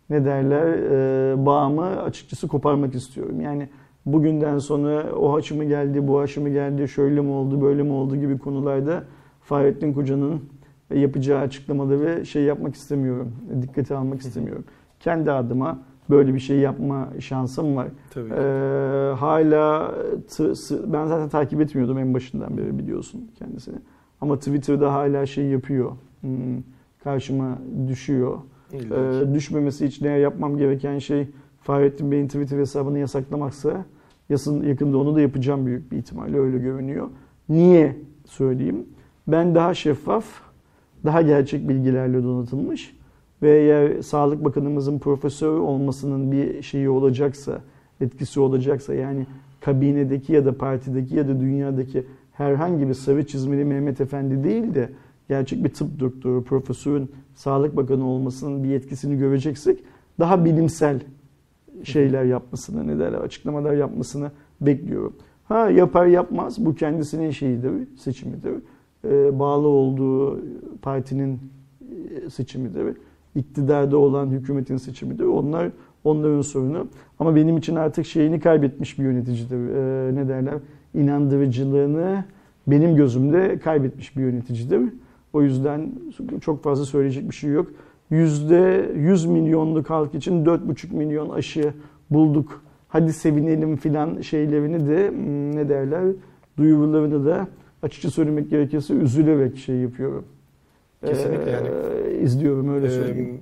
ne derler e, bağımı açıkçası koparmak istiyorum. Yani bugünden sonra o haşı mı geldi, bu haşı mı geldi, şöyle mi oldu, böyle mi oldu gibi konularda Fahrettin Koca'nın yapacağı açıklamaları şey yapmak istemiyorum, dikkate almak istemiyorum. Kendi adıma böyle bir şey yapma şansım var. Tabii. Ee, hala t- ben zaten takip etmiyordum en başından beri biliyorsun kendisini. Ama Twitter'da hala şey yapıyor. Hmm, karşıma düşüyor. Ee, düşmemesi için eğer yapmam gereken şey Fahrettin Bey'in Twitter hesabını yasaklamaksa yasın, yakında onu da yapacağım büyük bir ihtimalle, öyle görünüyor. Niye söyleyeyim? Ben daha şeffaf, daha gerçek bilgilerle donatılmış ve eğer Sağlık Bakanımızın profesör olmasının bir şeyi olacaksa, etkisi olacaksa, yani kabinedeki ya da partideki ya da dünyadaki herhangi bir sarı çizmeli Mehmet Efendi değil de gerçek bir tıp doktoru, profesörün Sağlık Bakanı olmasının bir etkisini göreceksek daha bilimsel şeyler yapmasını, ne derler, açıklamalar yapmasını bekliyorum. Ha yapar yapmaz bu kendisinin şeyidir, seçimidir. Ee, bağlı olduğu partinin seçimidir. İktidarda olan hükümetin seçimidir. Onlar onların sorunu. Ama benim için artık şeyini kaybetmiş bir yöneticidir. Ee, ne derler? İnandırıcılığını benim gözümde kaybetmiş bir yöneticidir. O yüzden çok fazla söyleyecek bir şey yok. Yüzde yüz milyonluk halk için dört buçuk milyon aşı bulduk. Hadi sevinelim filan şeylerini de ne derler? Duyurularını da açıkça söylemek gerekirse üzülerek şey yapıyorum. Kesinlikle yani. Ee, izliyorum öyle söyleyeyim.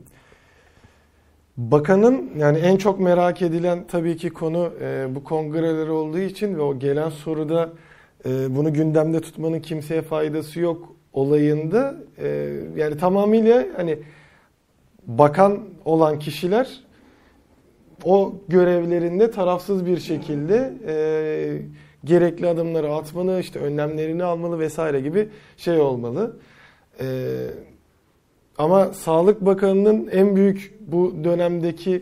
Bakanın yani en çok merak edilen tabii ki konu e, bu kongreler olduğu için ve o gelen soruda e, bunu gündemde tutmanın kimseye faydası yok olayında e, yani tamamıyla hani bakan olan kişiler o görevlerinde tarafsız bir şekilde e, gerekli adımları atmalı, işte önlemlerini almalı vesaire gibi şey olmalı. E, ama Sağlık Bakanı'nın en büyük bu dönemdeki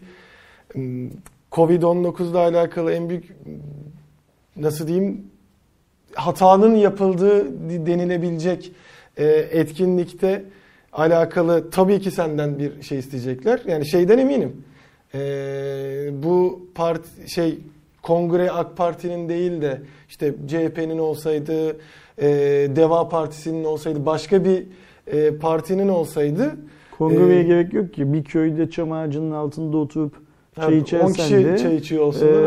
kovid on dokuz ile alakalı en büyük nasıl diyeyim hatanın yapıldığı denilebilecek e, etkinlikte alakalı tabii ki senden bir şey isteyecekler. Yani şeyden eminim. E, bu parti şey kongre AK Parti'nin değil de işte C H P'nin olsaydı, e, Deva Partisi'nin olsaydı, başka bir e, partinin olsaydı. Kongreye e, gerek yok ki. Bir köyde çam ağacının altında oturup çay içersen on kişi de çay içiyor olsunlar.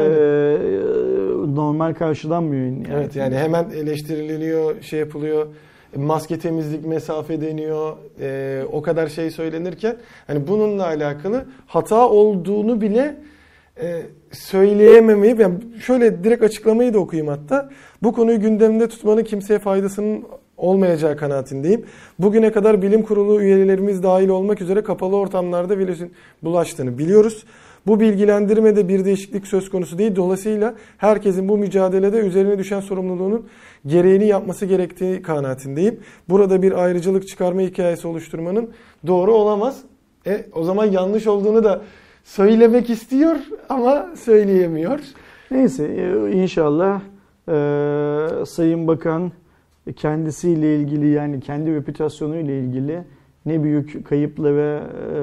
E, normal karşılanmıyor. Yani. Evet yani hemen eleştiriliyor, şey yapılıyor. Maske, temizlik, mesafe deniyor. E, o kadar şey söylenirken hani bununla alakalı hata olduğunu bile e, söyleyememeyi, ben şöyle direkt açıklamayı da okuyayım hatta. Bu konuyu gündemde tutmanın kimseye faydasının olmayacağı kanaatindeyim. Bugüne kadar bilim kurulu üyelerimiz dahil olmak üzere kapalı ortamlarda virüsün bulaştığını biliyoruz. Bu bilgilendirmede bir değişiklik söz konusu değil. Dolayısıyla herkesin bu mücadelede üzerine düşen sorumluluğunun gereğini yapması gerektiği kanaatindeyim. Burada bir ayrıcalık çıkarma hikayesi oluşturmanın doğru olamaz. E, o zaman yanlış olduğunu da söylemek istiyor ama söyleyemiyor. Neyse inşallah e, Sayın Bakan kendisiyle ilgili, yani kendi reputasyonuyla ilgili ne büyük kayıplara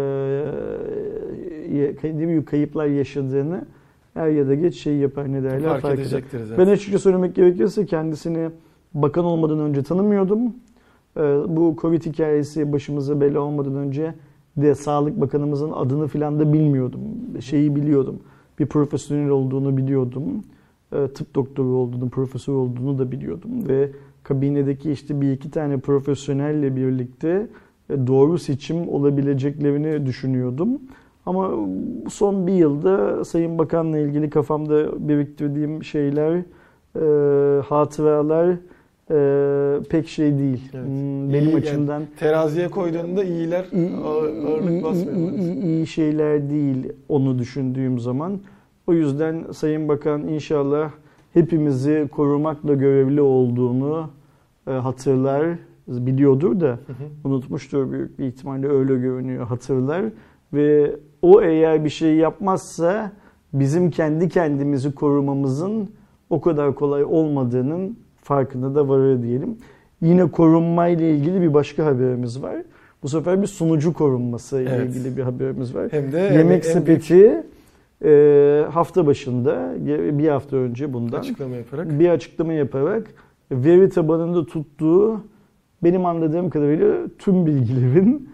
e, ne büyük kayıplar yaşadığını er ya da geç şey yapar, ne derler, fark, fark edecektir zaten. Ben açıkça söylemek gerekirse kendisini bakan olmadan önce tanımıyordum. E, bu Covid hikayesi başımıza bela olmadan önce de Sağlık Bakanımızın adını filan da bilmiyordum. Şeyi biliyordum. Bir profesyonel olduğunu biliyordum. E, tıp doktoru olduğunu, profesör olduğunu da biliyordum ve kabinedeki işte bir iki tane profesyonelle birlikte doğru seçim olabileceklerini düşünüyordum. Ama son bir yılda Sayın Bakan'la ilgili kafamda biriktirdiğim şeyler, e, hatıralar e, pek şey değil. Evet. Benim İyi, açımdan yani teraziye koyduğunda iyiler ağırlık iyi, basmıyor. iyi, iyi, iyi şeyler değil onu düşündüğüm zaman. O yüzden Sayın Bakan inşallah hepimizi korumakla görevli olduğunu e, hatırlar, biliyordur da hı hı. unutmuştur büyük bir ihtimalle, öyle görünüyor, hatırlar ve o eğer bir şey yapmazsa bizim kendi kendimizi korumamızın o kadar kolay olmadığının farkında da varır diyelim. Yine korunmayla ilgili bir başka haberimiz var. Bu sefer bir sunucu korunması ile Evet. ilgili bir haberimiz var. Hem de Yemek yani Sepeti e, hafta başında, bir hafta önce bundan açıklama yaparak bir açıklama yaparak veri tabanında tuttuğu, benim anladığım kadarıyla tüm bilgilerin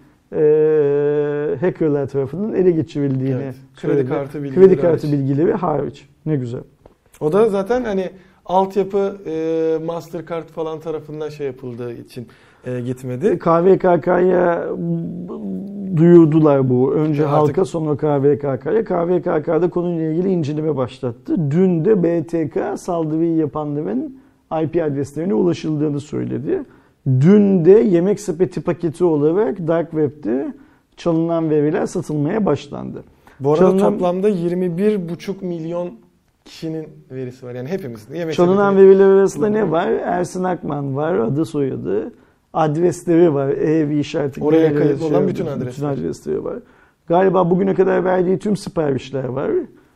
e, hackerlar tarafından ele geçirildiğini evet, söyledi. kredi kartı bilgileri Kredi kartı hariç. bilgileri hariç. Ne güzel. O da zaten hani altyapı e, Mastercard falan tarafından şey yapıldığı için e, gitmedi. K V K K'ya duyurdular bu. Önce Artık- halka, sonra K V K K'ya. K V K K'da konuyla ilgili inceleme başlattı. Dün de B T K saldırıyı yapanların I P adreslerine ulaşıldığını söyledi. Dün de Yemek Sepeti paketi olarak Dark Web'de çalınan veriler satılmaya başlandı. Bu arada Çalınan- toplamda yirmi bir buçuk milyon kişinin verisi var. Yani hepimizin. Yemek Çalınan sepeti- veriler arasında ne var? Ersin Akman var, adı soyadı. Adresleri var. Ev işareti. Oraya nereye kayıtlı şey olan bütün yapıyorsun, adresler. Bütün adresleri var. Galiba bugüne kadar verdiği tüm siparişler var.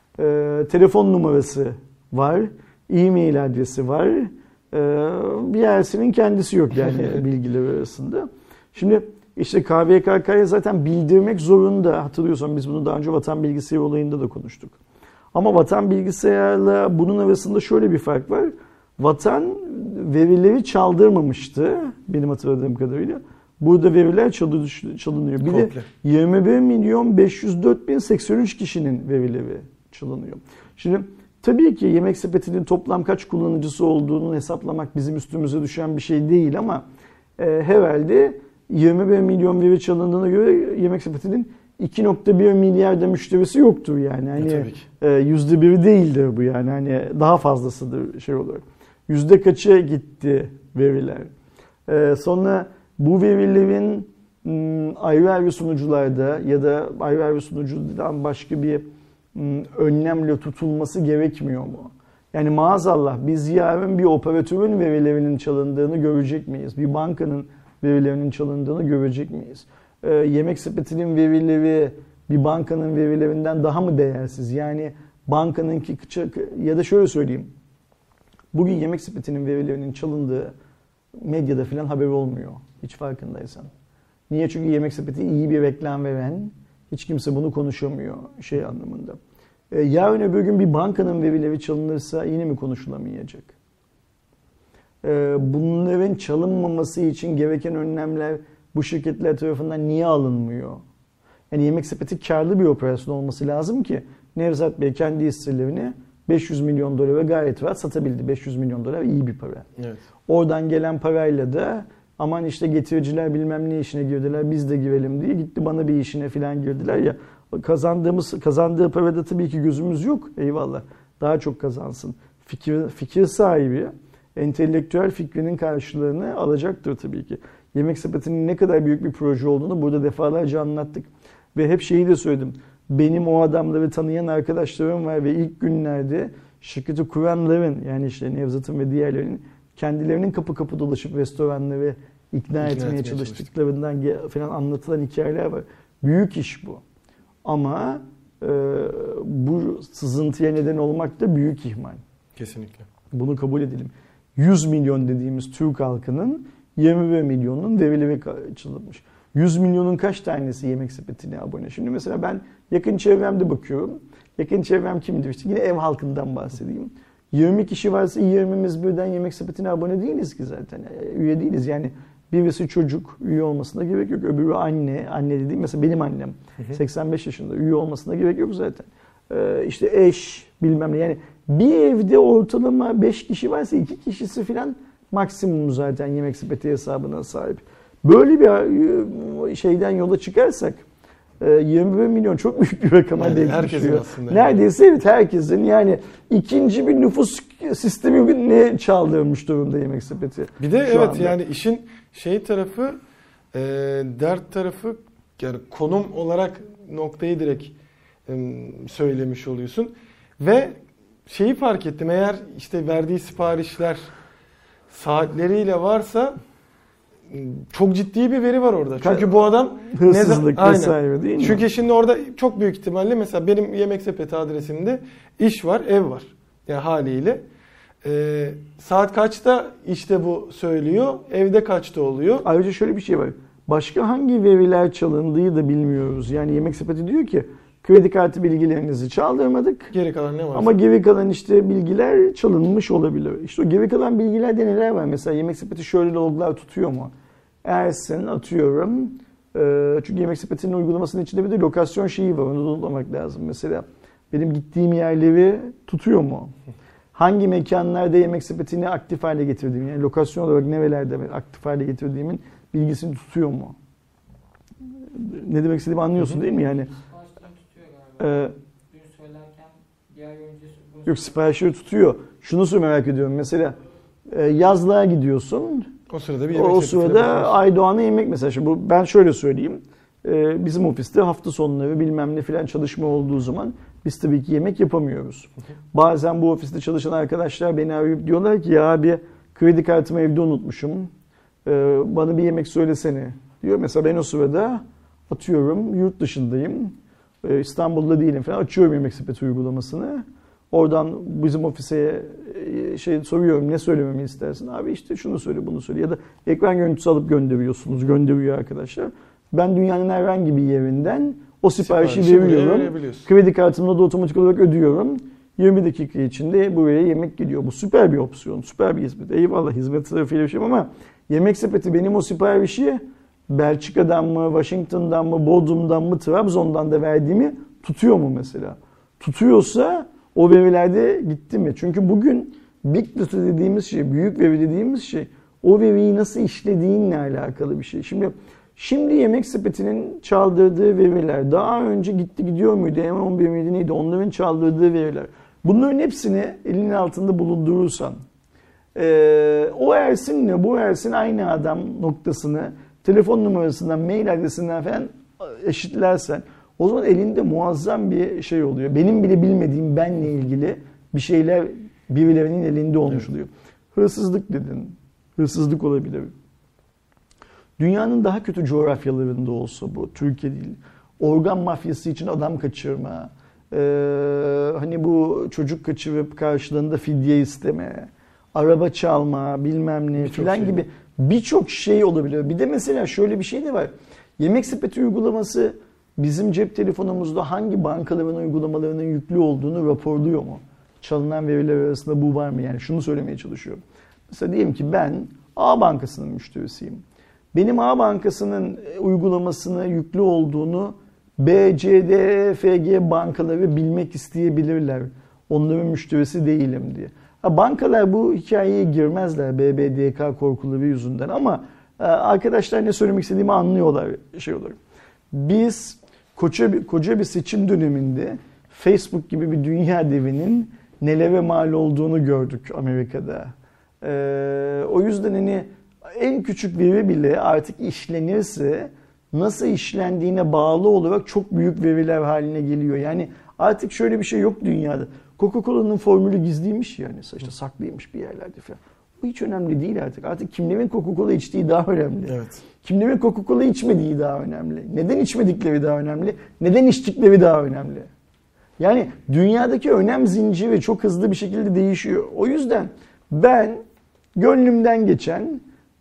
Ee, telefon numarası var. E-mail adresi var. Ee, bir Ersin'in kendisi yok yani bilgileri arasında. Şimdi işte K V K K'ya zaten bildirmek zorunda. Hatırlıyorsan biz bunu daha önce Vatan Bilgisayar olayında da konuştuk. Ama Vatan Bilgisayar'la bunun arasında şöyle bir fark var. Vatan verileri çaldırmamıştı benim hatırladığım kadarıyla. Burada veriler çalınıyor. Bir Komple. de yirmi bir milyon beş yüz dört bin seksen üç kişinin verileri çalınıyor. Şimdi tabii ki Yemek Sepeti'nin toplam kaç kullanıcısı olduğunu hesaplamak bizim üstümüze düşen bir şey değil ama e, herhalde yirmi bir milyon veri çalındığına göre Yemek Sepeti'nin iki nokta bir milyarda müşterisi yoktur yani. Hani tabii ki. e, yüzde biri değildir bu yani. Hani daha fazlasıdır şey olarak. Yüzde kaça gitti veriler? E, sonra bu verilerin m, ayrı ayrı sunucularda ya da ayrı ayrı sunucudan başka bir m, önlemle tutulması gerekmiyor mu? Yani maazallah biz yarın bir operatörün verilerinin çalındığını görecek miyiz? Bir bankanın verilerinin çalındığını görecek miyiz? Ee, Yemek Sepeti'nin verileri bir bankanın verilerinden daha mı değersiz? Yani bankanınki ya da şöyle söyleyeyim. Bugün Yemek Sepeti'nin verilerinin çalındığı medyada falan haber olmuyor. Hiç farkındaysan. Niye? Çünkü Yemek Sepeti iyi bir reklam veren, hiç kimse bunu konuşamıyor şey anlamında. Ee, yarın öbür gün bir bankanın verileri çalınırsa yine mi konuşulamayacak? Ee, bunların çalınmaması için gereken önlemler bu şirketler tarafından niye alınmıyor? Yani Yemek Sepeti karlı bir operasyon olması lazım ki Nevzat Bey kendi hisselerini beş yüz milyon dolara gayet rahat satabildi. beş yüz milyon dolar iyi bir para. Evet. Oradan gelen parayla da aman işte getiriciler bilmem ne işine girdiler biz de girelim diye gitti bana bir işine falan girdiler ya. Kazandığımız kazandığı parada tabii ki gözümüz yok. Eyvallah. Daha çok kazansın. Fikir fikir sahibi entelektüel fikrinin karşılığını alacaktır tabii ki. Yemek Sepeti'nin ne kadar büyük bir proje olduğunu burada defalarca anlattık. Ve hep şeyi de söyledim. Benim o adamları tanıyan arkadaşlarım var ve ilk günlerde şirketi kuranların yani işte Nevzat'ın ve diğerlerinin kendilerinin kapı kapı dolaşıp restoranları ikna, İkna etmeye, etmeye çalıştıklarından falan anlatılan hikayeler var. Büyük iş bu. Ama e, bu sızıntıya neden olmak da büyük ihmal. Kesinlikle. Bunu kabul edelim. yüz milyon dediğimiz Türk halkının yirmi bir milyonunun verileri çalınmış. yüz milyonun kaç tanesi Yemek Sepeti'ne abone? Şimdi mesela ben yakın çevremde bakıyorum. Yakın çevrem kimdir? İşte yine ev halkından bahsedeyim. yirmi kişi varsa yirmimiz birden Yemek Sepeti'ne abone değiliz ki zaten. Üye değiliz. Yani birisi çocuk, üye olmasına gerek yok. Öbürü anne, anne dediğim mesela benim annem. Hı hı. seksen beş yaşında, üye olmasına gerek yok zaten. Ee, işte eş, bilmem ne. Yani bir evde ortalama beş kişi varsa iki kişisi falan maksimum zaten Yemek Sepeti hesabına sahip. Böyle bir şeyden yola çıkarsak yirmi bir milyon çok büyük bir rakama yani denk herkesin düşüyor. aslında. Neredeyse evet herkesin yani ikinci bir nüfus sistemi ne çaldırmış durumda Yemek Sepeti. Bir de şu evet anda. yani işin şey tarafı e, dert tarafı yani konum olarak noktayı direkt e, söylemiş oluyorsun. Ve şeyi fark ettim eğer işte verdiği siparişler saatleriyle varsa çok ciddi bir veri var orada. Çünkü bu adam hırsızlık ne vesaire değil mi? Çünkü şimdi orada çok büyük ihtimalle mesela benim Yemek Sepeti adresimde iş var, ev var. Yani haliyle. Ee, saat kaçta işte bu söylüyor, evde kaçta oluyor? Ayrıca şöyle bir şey var. başka hangi veriler çalındığı da bilmiyoruz. Yani Yemek Sepeti diyor ki kredi kartı bilgilerinizi çaldırmadık. Geri kalan ne var? Ama geri kalan işte bilgiler çalınmış olabilir. İşte o geri kalan bilgilerde neler var? Mesela Yemek Sepeti şöyle loglar tutuyor mu? Eğer sen atıyorum, e, çünkü Yemek Sepeti'nin uygulamasının içinde bir de lokasyon şeyi var. Onu da unutmamak lazım. Mesela benim gittiğim yerleri tutuyor mu? Hangi mekanlarda Yemek Sepeti'ni aktif hale getirdiğim, yani lokasyon olarak nerelerde aktif hale getirdiğimin bilgisini tutuyor mu? Ne demek istediğimi anlıyorsun değil mi? Yani Ee, Dün söylerken diğer önce yok, siparişleri tutuyor. Şunu sor merak ediyorum. Mesela e, yazlığa gidiyorsun. O sırada bir yemek O sepetine sırada bakıyorsun. Aydoğan'a yemek mesela. Şimdi bu, ben şöyle söyleyeyim. E, bizim ofiste hafta sonları bilmem ne filan çalışma olduğu zaman biz tabii ki yemek yapamıyoruz. Bazen bu ofiste çalışan arkadaşlar beni arayıp diyorlar ki ya abi kredi kartımı evde unutmuşum. E, bana bir yemek söylesene diyor. Mesela ben o sırada atıyorum yurt dışındayım. İstanbul'da değilim falan. Açıyorum Yemek Sepeti uygulamasını. Oradan bizim ofise şey soruyorum, ne söylememi istersin? Abi işte şunu söyle, bunu söyle. Ya da ekran görüntüsü alıp gönderiyorsunuz. Gönderiyor arkadaşlar. Ben dünyanın herhangi bir yerinden o siparişi, Siparişi veriyorum. Kredi kartımla da otomatik olarak ödüyorum. yirmi dakika içinde buraya yemek geliyor. Bu süper bir opsiyon, süper bir hizmet. Eyvallah, hizmet tarafıyla bir şey ama Yemek Sepeti benim o siparişi Belçika'dan mı, Washington'dan mı, Bodrum'dan mı, Trabzon'dan da verdiğimi tutuyor mu mesela? Tutuyorsa o verilerde gitti mi? Çünkü bugün Big Data dediğimiz şey, büyük veri dediğimiz şey o veriyi nasıl işlediğinle alakalı bir şey. Şimdi şimdi Yemek Sepeti'nin çaldırdığı veriler daha önce gitti gidiyor muydu? M on bir miydi neydi? Onların çaldırdığı veriler. Bunların hepsini elinin altında bulundurursan ee, o Ersin'le bu Ersin aynı adam noktasını telefon numarasından, mail adresinden falan eşitlersen o zaman elinde muazzam bir şey oluyor. Benim bile bilmediğim benle ilgili bir şeyler birilerinin elinde olmuş oluyor. Hırsızlık dedin. Hırsızlık olabilir. Dünyanın daha kötü coğrafyalarında olsa bu, Türkiye değil. Organ mafyası için adam kaçırma, ee, hani bu çocuk kaçırıp karşılığında fidye isteme, araba çalma, bilmem ne filan şey gibi birçok şey olabiliyor. Bir de mesela şöyle bir şey de var. Yemek Sepeti uygulaması bizim cep telefonumuzda hangi bankaların uygulamalarının yüklü olduğunu raporluyor mu? Çalınan veriler arasında bu var mı? Yani şunu söylemeye çalışıyorum. Mesela diyelim ki ben A Bankası'nın müşterisiyim. Benim A Bankası'nın uygulamasına yüklü olduğunu B, C, D, E, F, G bankaları bilmek isteyebilirler. Onların müşterisi değilim diye. Bankalar bu hikayeye girmezler B B D K korkuları yüzünden ama arkadaşlar ne söylemek istediğimi anlıyorlar şey olarak. Biz koca bir, koca bir seçim döneminde Facebook gibi bir dünya devinin nelere mal olduğunu gördük Amerika'da. Ee, o yüzden hani en küçük veri bile artık işlenirse nasıl işlendiğine bağlı olarak çok büyük veriler haline geliyor. Yani artık şöyle bir şey yok dünyada. Coca-Cola'nın formülü gizliymiş yani işte saklıymış bir yerlerde falan. Bu hiç önemli değil artık. Artık kimlerin Coca-Cola içtiği daha önemli. Evet. Kimlerin Coca-Cola içmediği daha önemli. Neden içmedikleri daha önemli. Neden içtikleri daha önemli. Yani dünyadaki önem zinciri çok hızlı bir şekilde değişiyor. O yüzden ben gönlümden geçen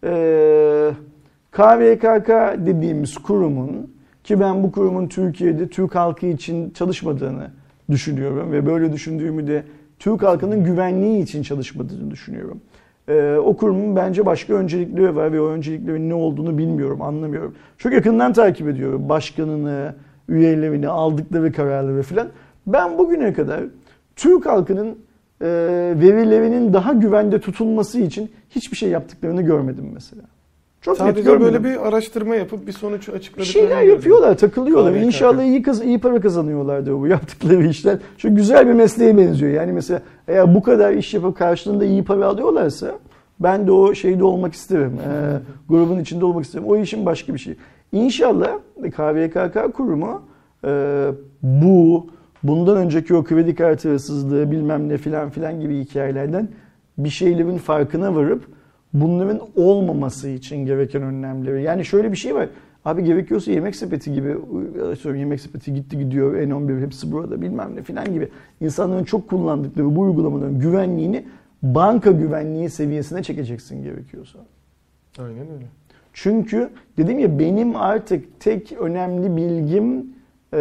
e, K V K K dediğimiz kurumun, ki ben bu kurumun Türkiye'de Türk halkı için çalışmadığını düşünüyorum ve böyle düşündüğümü de Türk halkının güvenliği için çalışmadığını düşünüyorum. Ee, o kurumun bence başka öncelikleri var ve o önceliklerin ne olduğunu bilmiyorum, anlamıyorum. Çok yakından takip ediyorum başkanını, üyelerini, aldıkları kararları falan. Ben bugüne kadar Türk halkının e, verilerinin daha güvende tutulması için hiçbir şey yaptıklarını görmedim mesela. Çok Sadece böyle bir araştırma yapıp bir sonuç açıkladıkları. Bir şeyler yapıyorlar, takılıyorlar. K V K K. İnşallah iyi, kaz- iyi para kazanıyorlardır bu yaptıkları işler. Çok güzel bir mesleğe benziyor. Yani mesela eğer bu kadar iş yapıp karşılığında iyi para alıyorlarsa ben de o şeyde olmak isterim. Ee, grubun içinde olmak isterim. O işin başka bir şey. İnşallah K V K K kurumu e, bu, bundan önceki o kredi kartı hırsızlığı bilmem ne filan filan gibi hikayelerden bir şeylerin farkına varıp bunların olmaması için gereken önlemleri. Yani şöyle bir şey var. Abi gerekiyorsa Yemek Sepeti gibi, Yemek Sepeti gitti gidiyor, N on bir hepsi burada bilmem ne filan gibi insanların çok kullandıkları bu uygulamaların güvenliğini banka güvenliği seviyesine çekeceksin gerekiyorsa. Aynen öyle. Çünkü dedim ya benim artık tek önemli bilgim e,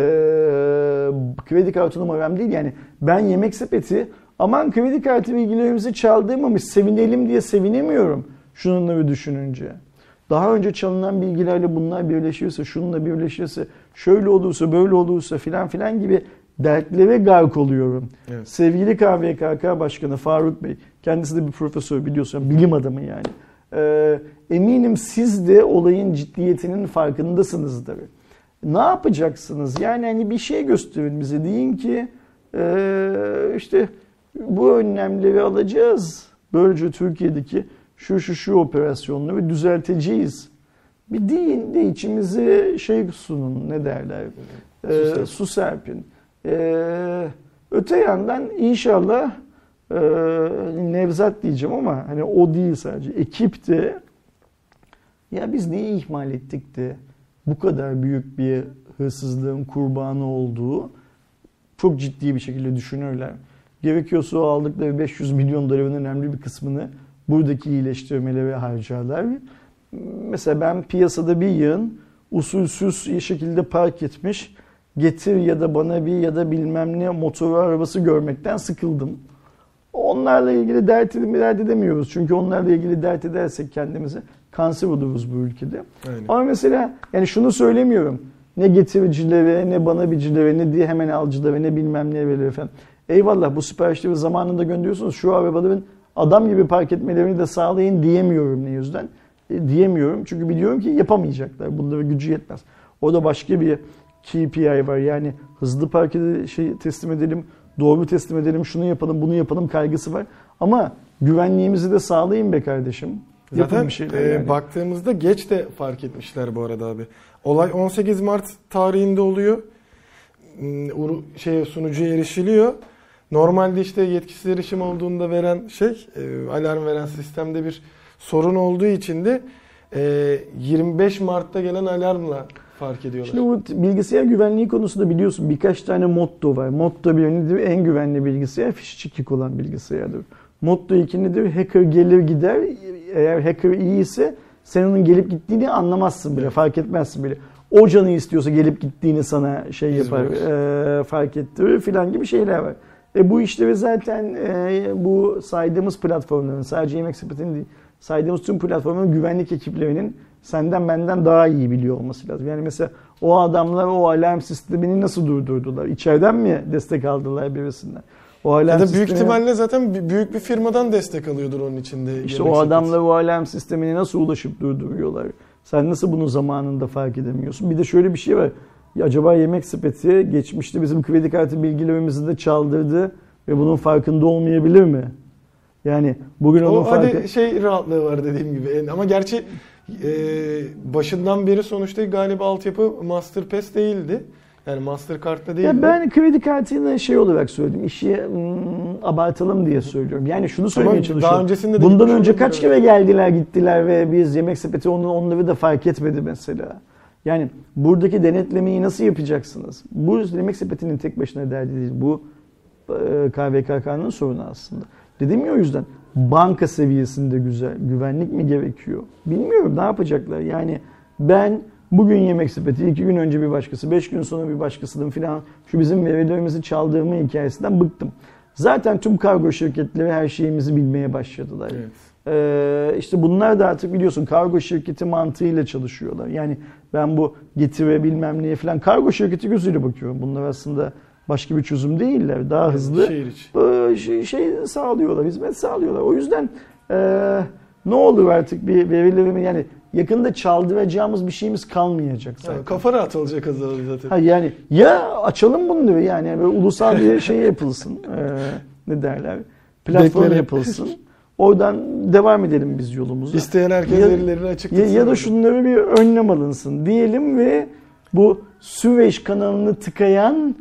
kredi kartı numaram değil. Yani ben Yemek Sepeti aman kredi kartı bilgilerimizi çaldırmamış sevinelim diye sevinemiyorum şununla bir düşününce. Daha önce çalınan bilgilerle bunlar birleşirse, şununla birleşirse, şöyle olursa, böyle olursa filan filan gibi dertlere gark oluyorum. Evet. Sevgili K V K K Başkanı Faruk Bey, kendisi de bir profesör biliyorsun, bilim adamı yani. Ee, eminim siz de olayın ciddiyetinin farkındasınızdır. Ne yapacaksınız? Yani hani bir şey gösterin bize. Deyin ki ee, işte bu önlemleri alacağız. Böylece Türkiye'deki şu şu şu operasyonları düzelteceğiz. Bir deyin de içimize şey sunun, ne derler, ee, su serpin. Ee, öte yandan inşallah e, Nevzat diyeceğim ama hani o değil sadece. Ekip de ya biz neyi ihmal ettik de bu kadar büyük bir hırsızlığın kurbanı olduğu çok ciddi bir şekilde düşünürler. Gerekiyorsa o aldıkları beş yüz milyon doların önemli bir kısmını buradaki iyileştirmelere harcarlar. Mesela ben piyasada bir yığın usulsüz şekilde park etmiş getir ya da bana bir ya da bilmem ne motoru arabası görmekten sıkıldım. Onlarla ilgili dert, dert edemiyoruz. Çünkü onlarla ilgili dert edersek kendimize kanser oluruz bu ülkede. Aynen. Ama mesela yani şunu söylemiyorum. Ne getiricilere, ne bana bicilere, ne diye hemen alcılara, ne bilmem ne verir efendim. Eyvallah bu siparişleri zamanında gönderiyorsunuz. Şu arabaların adam gibi park etmelerini de sağlayın diyemiyorum ne yüzden. E, diyemiyorum çünkü biliyorum ki yapamayacaklar. Bunlara gücü yetmez. O da başka bir K P I var. Yani hızlı park edelim, şey teslim edelim, doğru teslim edelim, şunu yapalım, bunu yapalım kaygısı var. Ama güvenliğimizi de sağlayın be kardeşim. Zaten e, yani. Baktığımızda geç de fark etmişler bu arada abi. Olay on sekiz Mart tarihinde oluyor. Şey sunucuya erişiliyor. Normalde işte yetkisiz erişim olduğunda veren şey, e, alarm veren sistemde bir sorun olduğu için de e, yirmi beş Mart'ta gelen alarmla fark ediyorlar. Şimdi bu bilgisayar güvenliği konusunda biliyorsun birkaç tane motto var. Motto bir nedir? En güvenli bilgisayar fişi çekik olan bilgisayardır. Motto iki nedir? Hacker gelir gider. Eğer hacker iyi ise sen onun gelip gittiğini anlamazsın bile, evet. Fark etmezsin bile. O canı istiyorsa gelip gittiğini sana şey yapar, e, fark ettirir filan gibi şeyler var. E bu işleri zaten e, bu saydığımız platformların, sadece Yemek Sepeti'nin değil, saydığımız tüm platformların güvenlik ekiplerinin senden benden daha iyi biliyor olması lazım. Yani mesela o adamlar o alarm sistemini nasıl durdurdular? İçeriden mi destek aldılar birisinden? O alarm ya da büyük sistemi... ihtimalle zaten büyük bir firmadan destek alıyordur onun içinde. İşte o adamlar o alarm sistemine nasıl ulaşıp durduruyorlar? Sen nasıl bunu zamanında fark edemiyorsun? Bir de şöyle bir şey var. Ya acaba Yemek Sepeti geçmişte bizim kredi kartı bilgilerimizi de çaldırdı ve bunun farkında olmayabilir mi? Yani bugün onun o farkı... Hadi şey rahatlığı var dediğim gibi. Ama gerçi e, başından beri sonuçta galiba altyapı Masterpass değildi. Yani Mastercard'da değildi. Ya ben kredi kartını şey olarak söyledim. İşi hmm, abartalım diye söylüyorum. Yani şunu söylemeye ama çalışıyorum. Daha öncesinde bundan önce kaç kere geldiler gittiler ve biz Yemek Sepeti onu, onları da fark etmedi mesela. Yani buradaki denetlemeyi nasıl yapacaksınız? Bu Yemek Sepeti'nin tek başına derdi değil. Bu K V K K'nın sorunu aslında. Dedim ya o yüzden banka seviyesinde güzel güvenlik mi gerekiyor? Bilmiyorum ne yapacaklar. Yani ben bugün Yemek Sepeti, iki gün önce bir başkası, beş gün sonra bir başkasının filan şu bizim verilerimizi çaldırma hikayesinden bıktım. Zaten tüm kargo şirketleri her şeyimizi bilmeye başladılar. Evet. Ee, işte bunlar da artık biliyorsun kargo şirketi mantığıyla çalışıyorlar. Yani ben bu getire bilmem neye filan kargo şirketi gözüyle bakıyorum. Bunlar aslında başka bir çözüm değiller. Daha yani hızlı şey, şey sağlıyorlar, hizmet sağlıyorlar. O yüzden e, ne olur artık bir verilerimi yani yakında çaldıracağımız bir şeyimiz kalmayacak zaten. Yani kafa rahat olacak azalır zaten. Ha yani ya açalım bunu diyor yani böyle ulusal bir şey yapılsın. Ee, ne derler? Platform Beklerim. yapılsın. Oradan devam edelim biz yolumuza. İsteyen herkes ya, verilerini açık ya, ya da şunları bir önlem alınsın diyelim ve bu Süveyş kanalını tıkayan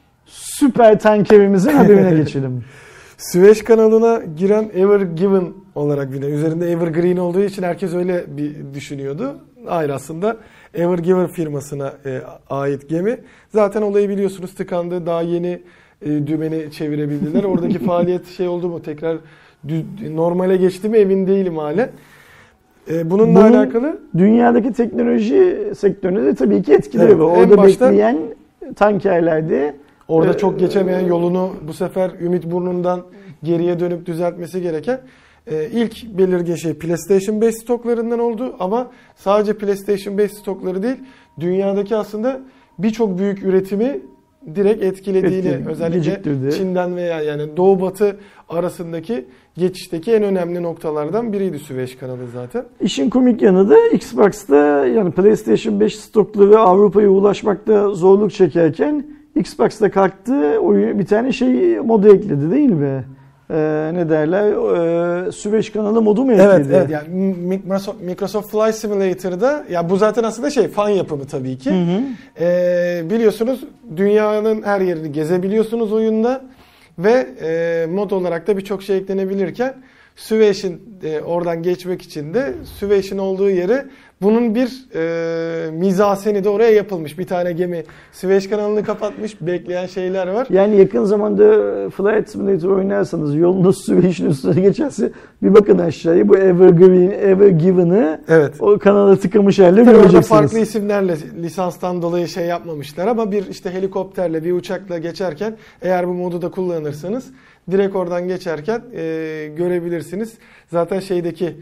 süper tankerimizin haberine geçelim. Süveyş kanalına giren Ever Given olarak bilinen, üzerinde Evergreen olduğu için herkes öyle bir düşünüyordu. Hayır aslında Ever Given firmasına e, ait gemi. Zaten olayı biliyorsunuz tıkandı. Daha yeni e, dümeni çevirebildiler. Oradaki faaliyet şey oldu mu tekrar normale geçti mi emin değilim hala. E, bununla Bunun alakalı dünyadaki teknoloji sektöründe de tabii ki etkileri Evet, var. en Orada başta- bekleyen tankerlerde orada Ee, çok geçemeyen yolunu bu sefer Ümitburnu'ndan geriye dönüp düzeltmesi gereken e, ilk belirgin şey PlayStation beş stoklarından oldu ama sadece PlayStation beş stokları değil, dünyadaki aslında birçok büyük üretimi direkt etkilediğini, Etkiledi, özellikle geciktirdi. Çin'den veya yani Doğu Batı arasındaki geçişteki en önemli noktalardan biriydi Süveyş kanalı zaten. İşin komik yanı da Xbox'ta yani PlayStation beş stokları Avrupa'ya ulaşmakta zorluk çekerken Xbox'ta kalktı, oyun bir tane şey modu ekledi değil mi? Ee, ne derler? Ee, Süveyş kanalı modu mu ekledi? Evet, evet. Yani Microsoft, Microsoft Flight Simulator'da ya bu zaten aslında şey fan yapımı tabii ki. Hı hı. Ee, biliyorsunuz dünyanın her yerini gezebiliyorsunuz oyunda ve e, mod olarak da birçok şey eklenebilirken Süveyş'in e, oradan geçmek için de Süveyş'in olduğu yere bunun bir e, mizahseni de oraya yapılmış. Bir tane gemi Süveyş kanalını kapatmış, bekleyen şeyler var. Yani yakın zamanda Flight Simulator oynarsanız yolunuz Süveyş'in üstüne geçerse bir bakın aşağıya, bu Evergreen, Evergiven'ı Evet. o kanala tıkamış halde Tabii orada göreceksiniz. farklı isimlerle lisanstan dolayı şey yapmamışlar ama bir işte helikopterle bir uçakla geçerken eğer bu modu da kullanırsanız direkt oradan geçerken e, görebilirsiniz. Zaten şeydeki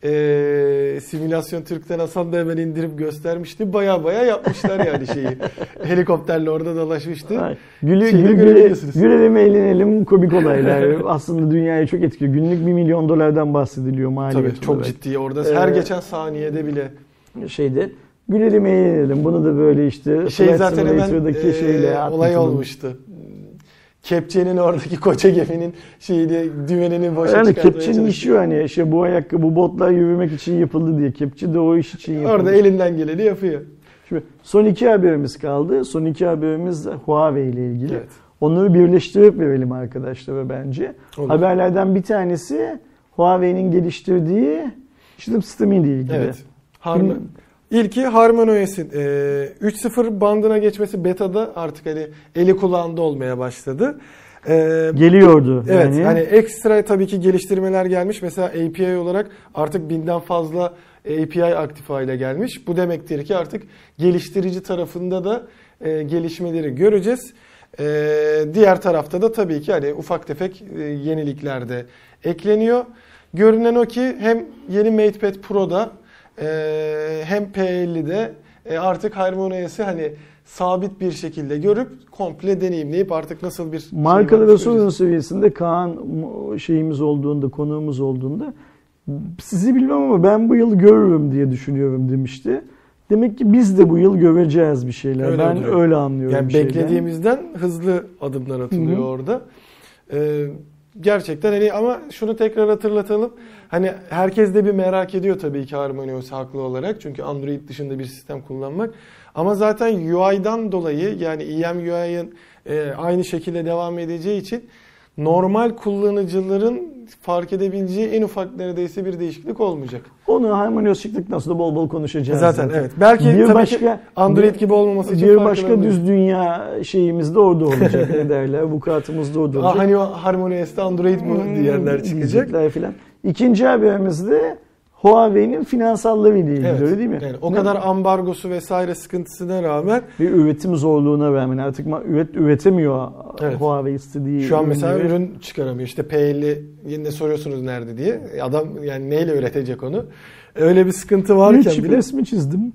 e, Simülasyon Türk'ten Hasan da hemen indirip göstermişti. Baya baya yapmışlar yani şeyi. Helikopterle orada dolaşmıştı. Ay, Gülü, Şeyi de gül, görebiliyorsunuz. gülelim, eğlenelim, komik olaylar. Aslında dünyayı çok etkiliyor. Günlük bir milyon dolardan bahsediliyor maliyet Tabii çok olarak. ciddi. Orada her Ee, geçen saniyede bile. Şeyde gülelim, eğlenelim. Bunu da böyle işte Şey Flight zaten hemen Simulator'daki e, şeyle olay atlatalım. olmuştu. Kepçenin oradaki koca geminin şeyini, dümenini boşa Yani çıkartmaya kepçenin çalıştı. işi hani işte bu ayakkabı, bu botlar yürümek için yapıldı diye. Kepçe de o iş için yapıldı. Orada elinden geleni yapıyor. Şimdi son iki haberimiz kaldı. Son iki haberimiz Huawei ile ilgili. Evet. Onları birleştirip verelim arkadaşlara bence. Olur. Haberlerden bir tanesi Huawei'nin geliştirdiği işletim sistemiyle ilgili. Evet. Harman, İlki HarmonyOS'in e, üç nokta sıfır bandına geçmesi beta'da artık hani eli kulağında olmaya başladı. E, Geliyordu. evet yani. hani ekstra tabii ki geliştirmeler gelmiş. Mesela A P I olarak artık binden fazla A P I aktif hale gelmiş. Bu demektir ki artık geliştirici tarafında da e, gelişmeleri göreceğiz. E, diğer tarafta da tabii ki hani ufak tefek e, yenilikler de ekleniyor. Görünen o ki hem yeni MatePad Pro'da e, hem P elli'de e, artık HarmonyOS'i hani sabit bir şekilde görüp komple deneyimleyip artık nasıl bir Markalı şey ve varmış sorun göreceğiz. seviyesinde Kaan şeyimiz olduğunda, konuğumuz olduğunda sizi bilmem ama ben bu yıl görürüm diye düşünüyorum demişti. Demek ki biz de bu yıl göreceğiz bir şeyler. Öyle ben oluyor. öyle anlıyorum. Yani bir şeyden. beklediğimizden hızlı adımlar atılıyor Hı hı. orada. Ee, gerçekten hani ama şunu tekrar hatırlatalım. Hani herkes de bir merak ediyor tabii ki HarmonyOS haklı olarak. Çünkü Android dışında bir sistem kullanmak. Ama zaten U I'dan dolayı yani E M U I'ın e, aynı şekilde devam edeceği için normal kullanıcıların fark edebileceği en ufak neredeyse bir değişiklik olmayacak. Onu HarmonyOS çıktıktan sonra bol bol konuşacağız. Zaten, evet. Belki bir tabii başka, ki Android gibi olmaması için bir farklı başka olabilir. düz dünya şeyimiz de orada olacak. Ne derler? Vukuatımız da orada olacak. Aa, hani o HarmonyOS'te Android bu diyenler çıkacak. Diyecekler filan. İkinci haberimiz de Huawei'nin finansallarıyla ilgili, Evet. öyle değil mi? Yani o Ne- kadar ambargosu vesaire sıkıntısına rağmen bir üretim zorluğuna rağmen artık ma- üret üretemiyor Evet. Huawei istediği şu an mesela ürünleri. ürün çıkaramıyor. İşte P elli yine soruyorsunuz nerede diye. Adam yani neyle üretecek onu? Öyle bir sıkıntı Bir varken çip bile resmi çizdim.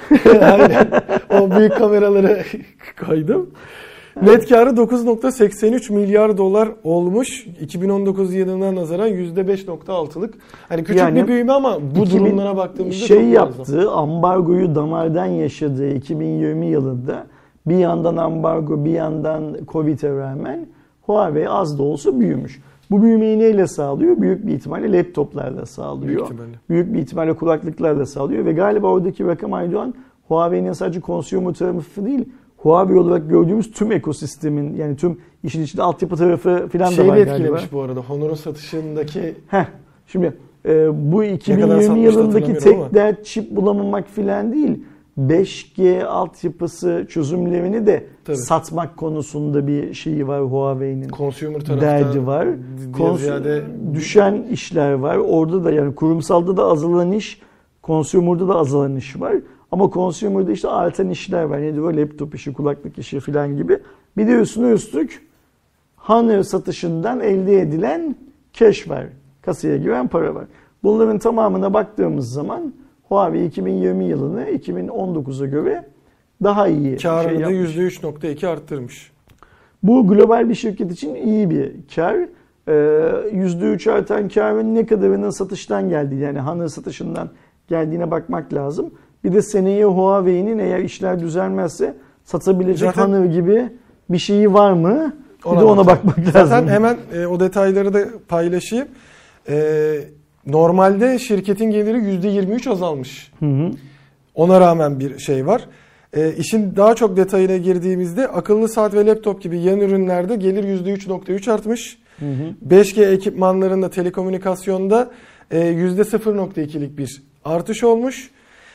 aynen o büyük kameraları koydum. Net karı dokuz virgül seksen üç milyar dolar olmuş. iki bin on dokuz yılına nazaran yüzde beş virgül altılık. Hani küçük Yani bir büyüme ama bu iki bin durumlara baktığımızda şey çok fazla. yaptı, ambargoyu damardan yaşadığı iki bin yirmi yılında bir yandan ambargo bir yandan Covid'e rağmen Huawei az da olsa büyümüş. Bu büyümeyi neyle sağlıyor? Büyük bir ihtimalle laptoplarla sağlıyor. Büyük ihtimalle. Büyük bir ihtimalle kulaklıklarla sağlıyor ve galiba oradaki rakam Aydoğan Huawei'nin sadece consumer tarafı değil, Huawei olarak gördüğümüz tüm ekosistemin yani tüm işin içinde altyapı tarafı falan da Şey var de galiba. etkilemiş bu arada. Honor'un satışındaki Heh, şimdi e, bu iki bin kadar yirmi satmıştı yılındaki tek hatırlamıyorum ama. dert çip bulamamak filan değil. beş G altyapısı çözümlerini de Tabii. satmak konusunda bir şeyi var Huawei'nin. consumer tarafta Derdi var. diye Kons- ziyade düşen işler var. Orada da yani kurumsalda da azalan iş Consumer'da da azalan iş var. Ama consumer'da işte artan işler var. Yani böyle laptop işi, kulaklık işi falan gibi. Bir de üstüne üstlük Honor satışından elde edilen cash var. Kasaya giren para var. Bunların tamamına baktığımız zaman Huawei iki bin yirmi yılını iki bin on dokuza göre daha iyi Karını şey da yapmış. yüzde üç nokta iki arttırmış. Bu global bir şirket için iyi bir kar. Ee, yüzde üç artan karın ne kadarının satıştan geldiği, yani Honor satışından geldiğine bakmak lazım. Bir de seneye Huawei'nin eğer işler düzelmezse satabilecek Zaten- Honor gibi bir şeyi var mı? Bir Ona de ona bakalım. bakmak lazım. Zaten hemen e, o detayları da paylaşayım. E, normalde şirketin geliri yüzde yirmi üç azalmış. Hı hı. Ona rağmen bir şey var. E, işin daha çok detayına girdiğimizde akıllı saat ve laptop gibi yan ürünlerde gelir yüzde üç nokta üç artmış. Hı hı. beş G ekipmanlarında, telekomünikasyonda e, yüzde sıfır nokta ikilik bir artış olmuş.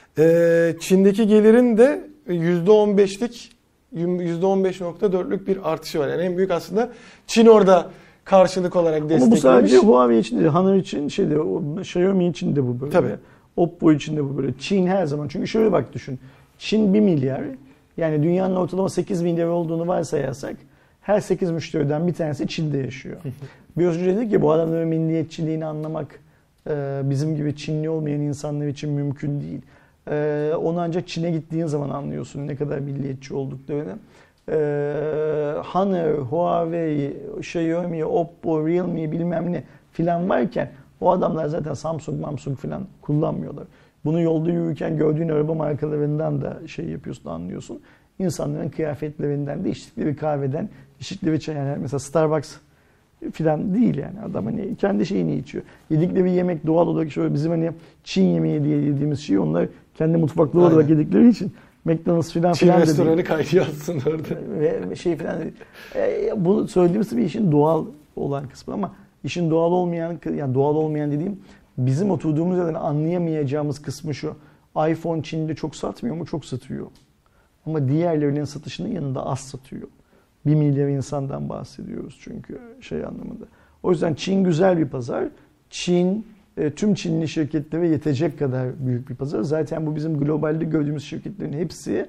E, Çin'deki gelirin de yüzde on beşlik yüzde on beş nokta dörtlük bir artışı var. Yani en büyük aslında Çin orada karşılık olarak Ama desteklemiş. bu sadece Huawei için değil, Honor için şey de, Xiaomi için de bu böyle. Tabii. Oppo için de bu böyle. Çin her zaman. Çünkü şöyle bak düşün. Çin bir milyar. Yani dünyanın ortalama sekiz milyar olduğunu varsayarsak her sekiz müşteriden bir tanesi Çin'de yaşıyor. Biraz önce dedik ki bu adamların milliyetçiliğini anlamak e, bizim gibi Çinli olmayan insanlar için mümkün değil. E, Onu ancak Çin'e gittiğin zaman anlıyorsun ne kadar milliyetçi olduklarını. E, Honor, Huawei, Xiaomi, Oppo, Realme bilmem ne filan varken o adamlar zaten Samsung, Samsung filan kullanmıyorlar. Bunu yolda yürürken gördüğün araba markalarından da şey yapıyorsun, anlıyorsun. İnsanların kıyafetlerinden de, içtikleri kahveden, içtikleri çay, yani mesela Starbucks filan değil yani, adam hani kendi şeyini içiyor. Yedikleri yemek doğal olarak şöyle bizim hani Çin yemeği diye yediğimiz şey, onlar kendi mutfakları olarak Aynen. yedikleri için McDonald's filan Çin filan da restoranı değil. kaynıyor aslında orada. Ve şey filan değil. E, bu söylediğimiz bir işin doğal olan kısmı, ama işin doğal olmayan, yani doğal olmayan dediğim bizim oturduğumuz yerden anlayamayacağımız kısmı şu: iPhone Çin'de çok satmıyor mu? Çok satıyor. Ama diğerlerinin satışının yanında az satıyor. Bir milyar insandan bahsediyoruz çünkü şey anlamında. O yüzden Çin güzel bir pazar. Çin e, tüm Çinli şirketlere yetecek kadar büyük bir pazar. Zaten bu bizim globalde gördüğümüz şirketlerin hepsi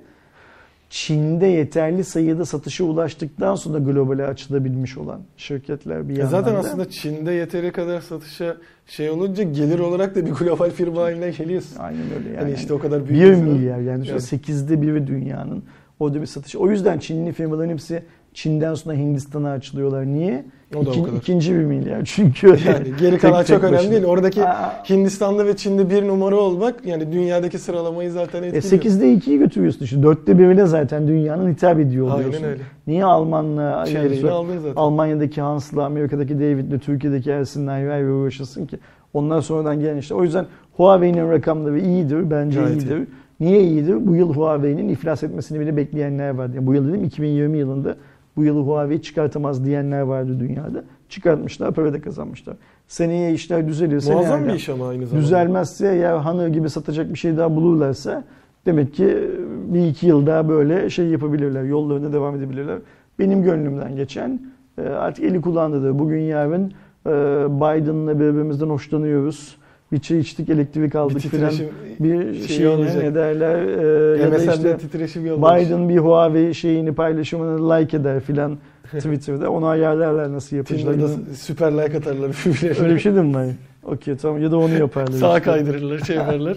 Çin'de yeterli sayıda satışa ulaştıktan sonra globale açılabilmiş olan şirketler bir E yandan zaten da. aslında Çin'de yeteri kadar satışa şey olunca gelir olarak da bir global firma haline geliyorsun. Aynen öyle yani. Yani işte o kadar büyük bir bir- milyar yani Evet. sekizde biri dünyanın orada bir satış. O yüzden Çinli firmaların hepsi Çin'den sonra Hindistan'a açılıyorlar. Niye? O da o İki, kadar. ikinci bir milyar. Çünkü Yani geri kalan tek- çok tek önemli başına. değil. Oradaki Aa, Hindistan'da ve Çin'de bir numara olmak yani dünyadaki sıralamayı zaten E etkiliyor. sekizde ikiyi götürüyorsun işte. dörtte birine zaten dünyanın hitap ediyor oluyorsun. Aynen öyle. Niye Alman'la, Çeyreğini yani aldın zaten. Almanya'daki Hans'la, Amerika'daki David'le, Türkiye'deki Ersin'le ayrı ayrı uğraşırsın ki? Onlar sonradan gelen işte. O yüzden Huawei'nin rakamları iyidir. Bence Gayet iyidir. Niye iyidir? Bu yıl Huawei'nin iflas etmesini bile bekleyenler vardı. Yani bu yıl dedim iki bin yirmi yılında bu yılı Huawei çıkartamaz diyenler vardı dünyada. Çıkartmışlar, para da kazanmışlar. Seneye işler düzelirse, Muazzam yani bir iş ama aynı zamanda. düzelmezse ya Honor gibi satacak bir şey daha bulurlarsa demek ki bir iki yıl daha böyle şey yapabilirler. Yollarına devam edebilirler. Benim gönlümden geçen artık eli kulağındadır. Bugün yarın Biden'la birbirimizden hoşlanıyoruz. Bir çay içtik, elektrik aldık Bir filan. titreşim Bir şeyi şey olacak. ne derler e, ya da M S N'de işte titreşim yollamış. Biden bir Huawei şeyini paylaşımını like eder filan Twitter'da. Onu ayarlarlar nasıl yapacaklar. Tinder'da süper like atarlar birbirlerine. Öyle bir şey değil mi? Hayır. Okey tamam, ya da onu yaparlar. Sağa işte. kaydırırlar, şey yaparlar.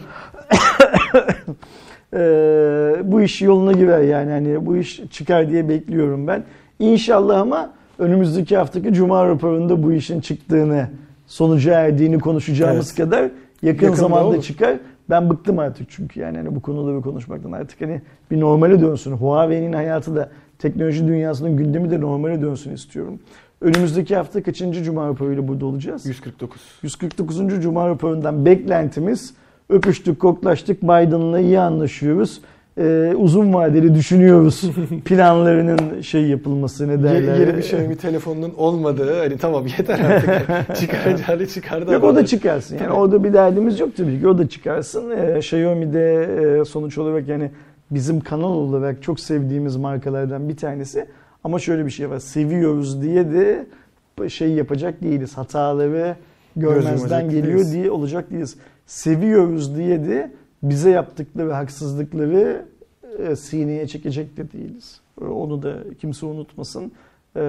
Ee, bu iş yoluna girer yani, hani bu iş çıkar diye bekliyorum ben. İnşallah, ama önümüzdeki haftaki Cuma raporunda bu işin çıktığını, sonuca erdiğini konuşacağımız Evet. kadar yakın Yakında zamanda olur. çıkar. Ben bıktım artık çünkü yani hani bu konuları konuşmaktan, artık hani bir normale dönsün. Huawei'nin hayatı da, teknoloji dünyasının gündemi de normale dönsün istiyorum. Önümüzdeki hafta kaçıncı Cuma raporuyla burada olacağız? yüz kırk dokuz. yüz kırk dokuzuncu Cuma raporundan beklentimiz: öpüştük, koklaştık, Biden'la iyi anlaşıyoruz. Ee, uzun vadeli düşünüyoruz planlarının şey yapılması, ne derler. Yeni bir Xiaomi telefonunun olmadığı, hani tamam yeter artık. Çıkaracağını çıkardı. Yok, o da adamlar. çıkarsın. Yani Tabii. orada bir derdimiz yok tabii ki. O da çıkarsın. Ee, Xiaomi'de e, sonuç olarak yani bizim kanal olarak çok sevdiğimiz markalardan bir tanesi. Ama şöyle bir şey var. Seviyoruz diye de şey yapacak değiliz. Hataları görmezden Gözlemecek geliyor değiliz. diye olacak değiliz. seviyoruz diye de bize yaptıkları haksızlıkları e, sineye çekecek de değiliz. Onu da kimse unutmasın. E,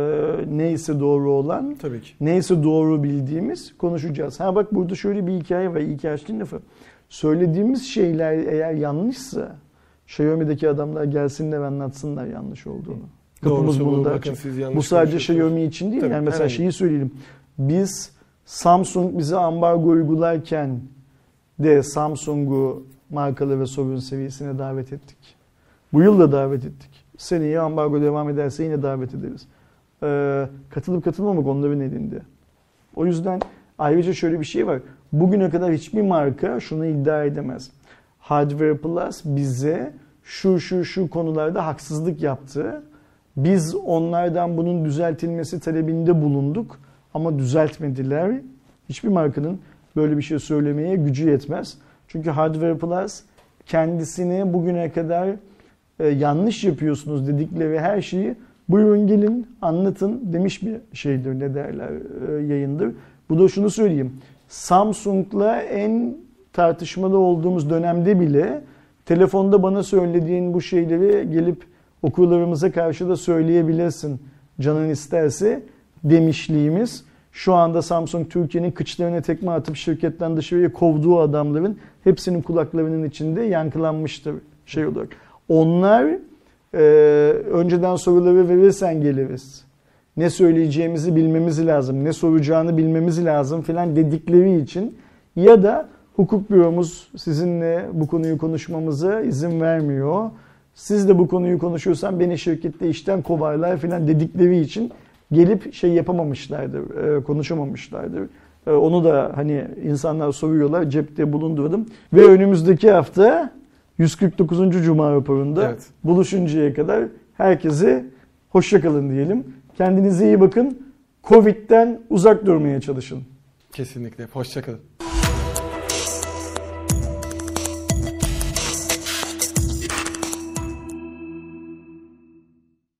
neyse doğru olan, Tabii ki. neyse doğru bildiğimiz konuşacağız. Ha bak burada şöyle bir hikaye var. İyi ki açtın lafı. Söylediğimiz şeyler eğer yanlışsa Xiaomi'deki adamlar gelsinler anlatsınlar yanlış olduğunu. Kapımız Doğrusu bu, bunda bakın açık. siz yanlış Bu sadece konuşuyorsunuz. Xiaomi için değil. Tabii, Yani mesela herhangi. şeyi söyleyelim. Biz Samsung bize ambargo uygularken de Samsung'u markalı ve sorun seviyesine davet ettik. Bu yıl da davet ettik. Seneye ambargo devam ederse yine davet ederiz. Ee, katılıp katılmamak onların elinde. O yüzden ayrıca şöyle bir şey var. Bugüne kadar hiçbir marka şunu iddia edemez. Hardware Plus bize şu şu şu konularda haksızlık yaptı. Biz onlardan bunun düzeltilmesi talebinde bulunduk ama düzeltmediler. Hiçbir markanın böyle bir şey söylemeye gücü yetmez. Çünkü Hardware Plus kendisine bugüne kadar e, yanlış yapıyorsunuz dedikleri her şeyi buyurun gelin anlatın demiş bir şeydir, ne derler, e, yayındır. Bu da şunu söyleyeyim. Samsung'la en tartışmalı olduğumuz dönemde bile telefonda bana söylediğin bu şeyleri gelip okurlarımıza karşı da söyleyebilirsin canın isterse demişliğimiz şu anda Samsung Türkiye'nin kıçlarına tekme atıp şirketten dışarıya kovduğu adamların hepsinin kulaklarının içinde yankılanmıştır şey olarak. Onlar e, önceden soruları verirsen geliriz. Ne söyleyeceğimizi bilmemiz lazım, ne soracağını bilmemiz lazım filan dedikleri için ya da hukuk büromuz sizinle bu konuyu konuşmamıza izin vermiyor. Siz de bu konuyu konuşursan beni şirkette işten kovarlar filan dedikleri için gelip şey yapamamışlardır, konuşamamışlardır. Onu da hani insanlar soruyorlar, cepte bulundurdum. Ve önümüzdeki hafta yüz kırk dokuzuncu Cuma raporunda evet. buluşuncaya kadar herkese hoşça kalın diyelim. Kendinize iyi bakın. Covid'den uzak durmaya çalışın. Kesinlikle. Hoşça kalın.